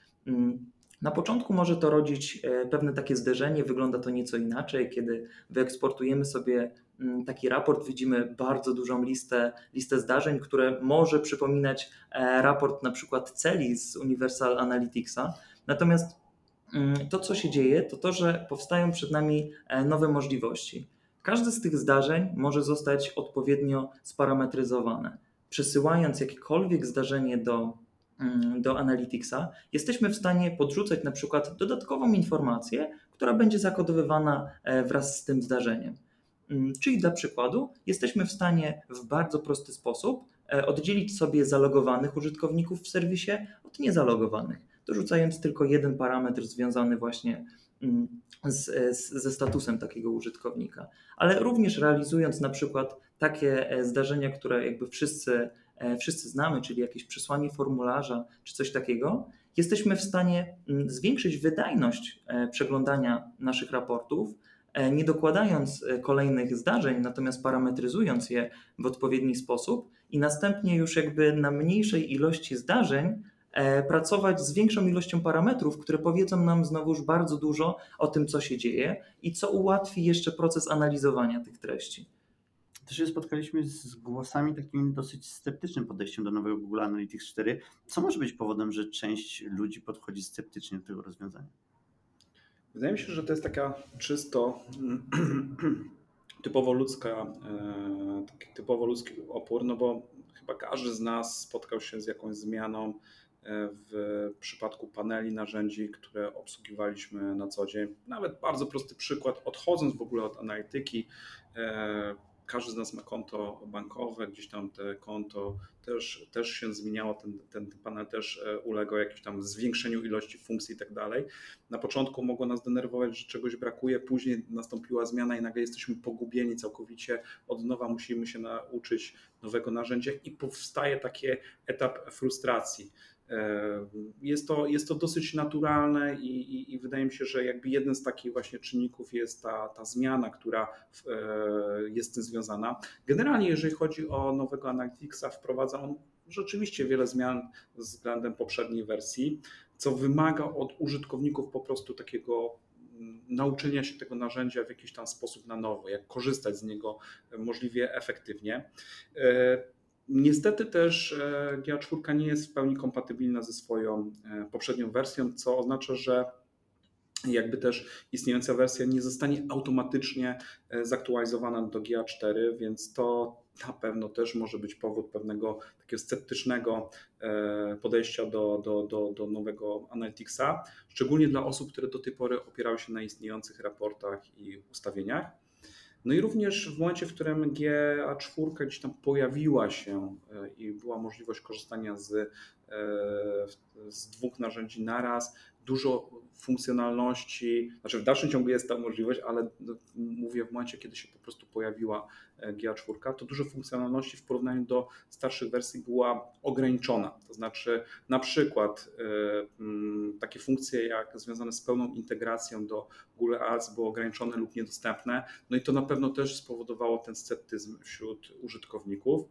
Speaker 4: Na początku może to rodzić pewne takie zderzenie, wygląda to nieco inaczej, kiedy wyeksportujemy sobie taki raport, widzimy bardzo dużą listę, listę zdarzeń, które może przypominać raport na przykład celi z Universal Analyticsa. Natomiast to, co się dzieje, to to, że powstają przed nami nowe możliwości. Każde z tych zdarzeń może zostać odpowiednio sparametryzowane. Przesyłając jakiekolwiek zdarzenie do do Analyticsa, jesteśmy w stanie podrzucać na przykład dodatkową informację, która będzie zakodowywana wraz z tym zdarzeniem. Czyli dla przykładu jesteśmy w stanie w bardzo prosty sposób oddzielić sobie zalogowanych użytkowników w serwisie od niezalogowanych, dorzucając tylko jeden parametr związany właśnie z, z, ze statusem takiego użytkownika, ale również realizując na przykład takie zdarzenia, które jakby wszyscy, wszyscy znamy, czyli jakieś przesłanie formularza czy coś takiego, jesteśmy w stanie zwiększyć wydajność przeglądania naszych raportów, nie dokładając kolejnych zdarzeń, natomiast parametryzując je w odpowiedni sposób i następnie już jakby na mniejszej ilości zdarzeń pracować z większą ilością parametrów, które powiedzą nam znowuż bardzo dużo o tym, co się dzieje i co ułatwi jeszcze proces analizowania tych treści.
Speaker 5: Też się spotkaliśmy z głosami takim dosyć sceptycznym podejściem do nowego Google Analytics cztery. Co może być powodem, że część ludzi podchodzi sceptycznie do tego rozwiązania?
Speaker 3: Wydaje mi się, że to jest taka czysto typowo ludzka, taki typowo ludzki opór, no bo chyba każdy z nas spotkał się z jakąś zmianą w przypadku paneli narzędzi, które obsługiwaliśmy na co dzień. Nawet bardzo prosty przykład, odchodząc w ogóle od analityki, każdy z nas ma konto bankowe, gdzieś tam te konto też, też się zmieniało, ten, ten panel też uległ jakimś tam zwiększeniu ilości funkcji i tak dalej. Na początku mogło nas denerwować, że czegoś brakuje, później nastąpiła zmiana i nagle jesteśmy pogubieni całkowicie, od nowa musimy się nauczyć nowego narzędzia i powstaje taki etap frustracji. Jest to, jest to dosyć naturalne i, i, i wydaje mi się, że jakby jeden z takich właśnie czynników jest ta, ta zmiana, która w, jest z tym związana. Generalnie jeżeli chodzi o nowego Analyticsa, wprowadza on rzeczywiście wiele zmian względem poprzedniej wersji, co wymaga od użytkowników po prostu takiego nauczenia się tego narzędzia w jakiś tam sposób na nowo, jak korzystać z niego możliwie efektywnie. Niestety też G A cztery nie jest w pełni kompatybilna ze swoją poprzednią wersją, co oznacza, że jakby też istniejąca wersja nie zostanie automatycznie zaktualizowana do G A cztery, więc to na pewno też może być powód pewnego takiego sceptycznego podejścia do, do, do, do nowego Analyticsa, szczególnie dla osób, które do tej pory opierały się na istniejących raportach i ustawieniach. No i również w momencie, w którym G A cztery gdzieś tam pojawiła się i była możliwość korzystania z, z dwóch narzędzi naraz, dużo funkcjonalności, znaczy w dalszym ciągu jest ta możliwość, ale mówię w momencie, kiedy się po prostu pojawiła G A cztery, to dużo funkcjonalności w porównaniu do starszych wersji była ograniczona. To znaczy na przykład takie funkcje jak związane z pełną integracją do Google Ads były ograniczone lub niedostępne, no i to na pewno też spowodowało ten sceptyzm wśród użytkowników.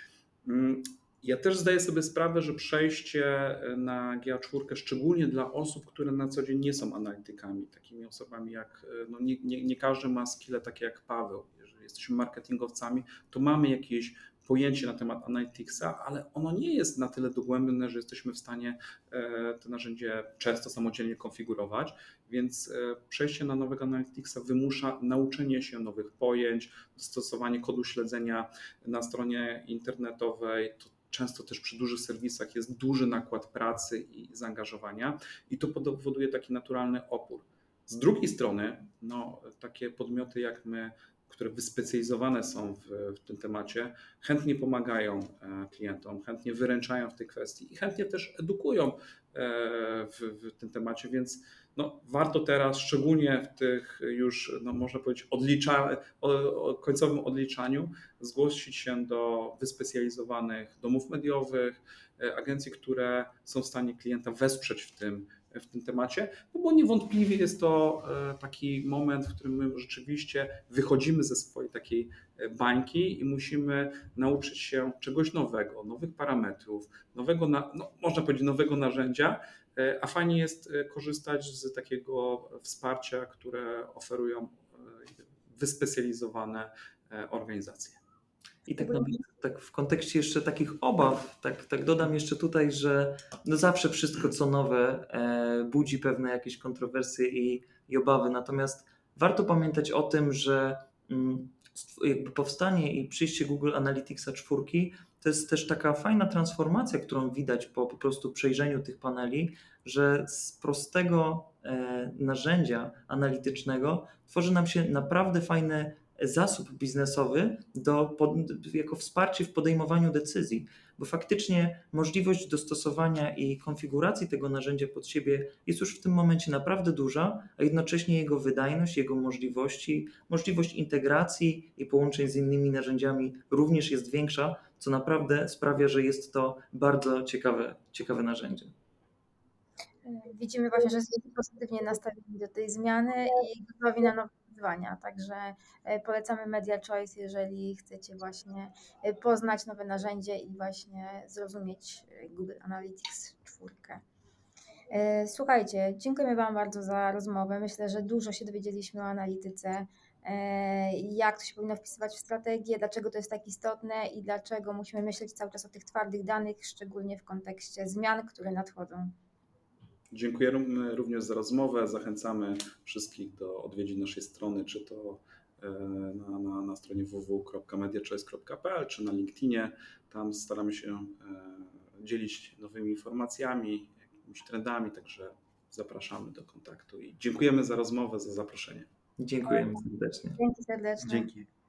Speaker 3: Ja też zdaję sobie sprawę, że przejście na G A cztery, szczególnie dla osób, które na co dzień nie są analitykami, takimi osobami jak, no nie, nie, nie każdy ma skille takie jak Paweł. Jeżeli jesteśmy marketingowcami, to mamy jakieś pojęcie na temat Analyticsa, ale ono nie jest na tyle dogłębne, że jesteśmy w stanie to narzędzie często samodzielnie konfigurować, więc przejście na nowego Analyticsa wymusza nauczenie się nowych pojęć, dostosowanie kodu śledzenia na stronie internetowej. To często też przy dużych serwisach jest duży nakład pracy i zaangażowania i to powoduje taki naturalny opór. Z drugiej strony, no, takie podmioty jak my, które wyspecjalizowane są w, w tym temacie, chętnie pomagają klientom, chętnie wyręczają w tej kwestii i chętnie też edukują w, w tym temacie, więc no, warto teraz, szczególnie w tych już, no, można powiedzieć, odlicza, o, o końcowym odliczaniu, zgłosić się do wyspecjalizowanych domów mediowych, agencji, które są w stanie klienta wesprzeć w tym, w tym temacie, no bo niewątpliwie jest to taki moment, w którym my rzeczywiście wychodzimy ze swojej takiej bańki i musimy nauczyć się czegoś nowego, nowych parametrów, nowego, no, można powiedzieć, nowego narzędzia, a fajnie jest korzystać z takiego wsparcia, które oferują wyspecjalizowane organizacje.
Speaker 4: I tak, naprawdę, tak w kontekście jeszcze takich obaw, tak, tak dodam jeszcze tutaj, że no zawsze wszystko co nowe e, budzi pewne jakieś kontrowersje i, i obawy, natomiast warto pamiętać o tym, że mm, jakby powstanie i przyjście Google Analyticsa czwórki to jest też taka fajna transformacja, którą widać po po prostu przejrzeniu tych paneli, że z prostego e, narzędzia analitycznego tworzy nam się naprawdę fajny zasób biznesowy do, pod, jako wsparcie w podejmowaniu decyzji, bo faktycznie możliwość dostosowania i konfiguracji tego narzędzia pod siebie jest już w tym momencie naprawdę duża, a jednocześnie jego wydajność, jego możliwości, możliwość integracji i połączeń z innymi narzędziami również jest większa, co naprawdę sprawia, że jest to bardzo ciekawe, ciekawe narzędzie.
Speaker 2: Widzimy właśnie, że jesteście pozytywnie nastawieni do tej zmiany i gotowi na nowe wyzwania, także polecamy Media Choice, jeżeli chcecie właśnie poznać nowe narzędzie i właśnie zrozumieć Google Analytics cztery. Słuchajcie, dziękujemy Wam bardzo za rozmowę. Myślę, że dużo się dowiedzieliśmy o analityce, jak to się powinno wpisywać w strategię, dlaczego to jest tak istotne i dlaczego musimy myśleć cały czas o tych twardych danych, szczególnie w kontekście zmian, które nadchodzą.
Speaker 3: Dziękujemy również za rozmowę. Zachęcamy wszystkich do odwiedzin naszej strony, czy to na, na, na stronie w w w kropka mediachoice kropka p l, czy na LinkedInie. Tam staramy się dzielić nowymi informacjami, jakimiś trendami, także zapraszamy do kontaktu i dziękujemy za rozmowę, za zaproszenie.
Speaker 4: Dziękujemy serdecznie.
Speaker 2: Dzięki serdecznie.
Speaker 5: Dzięki.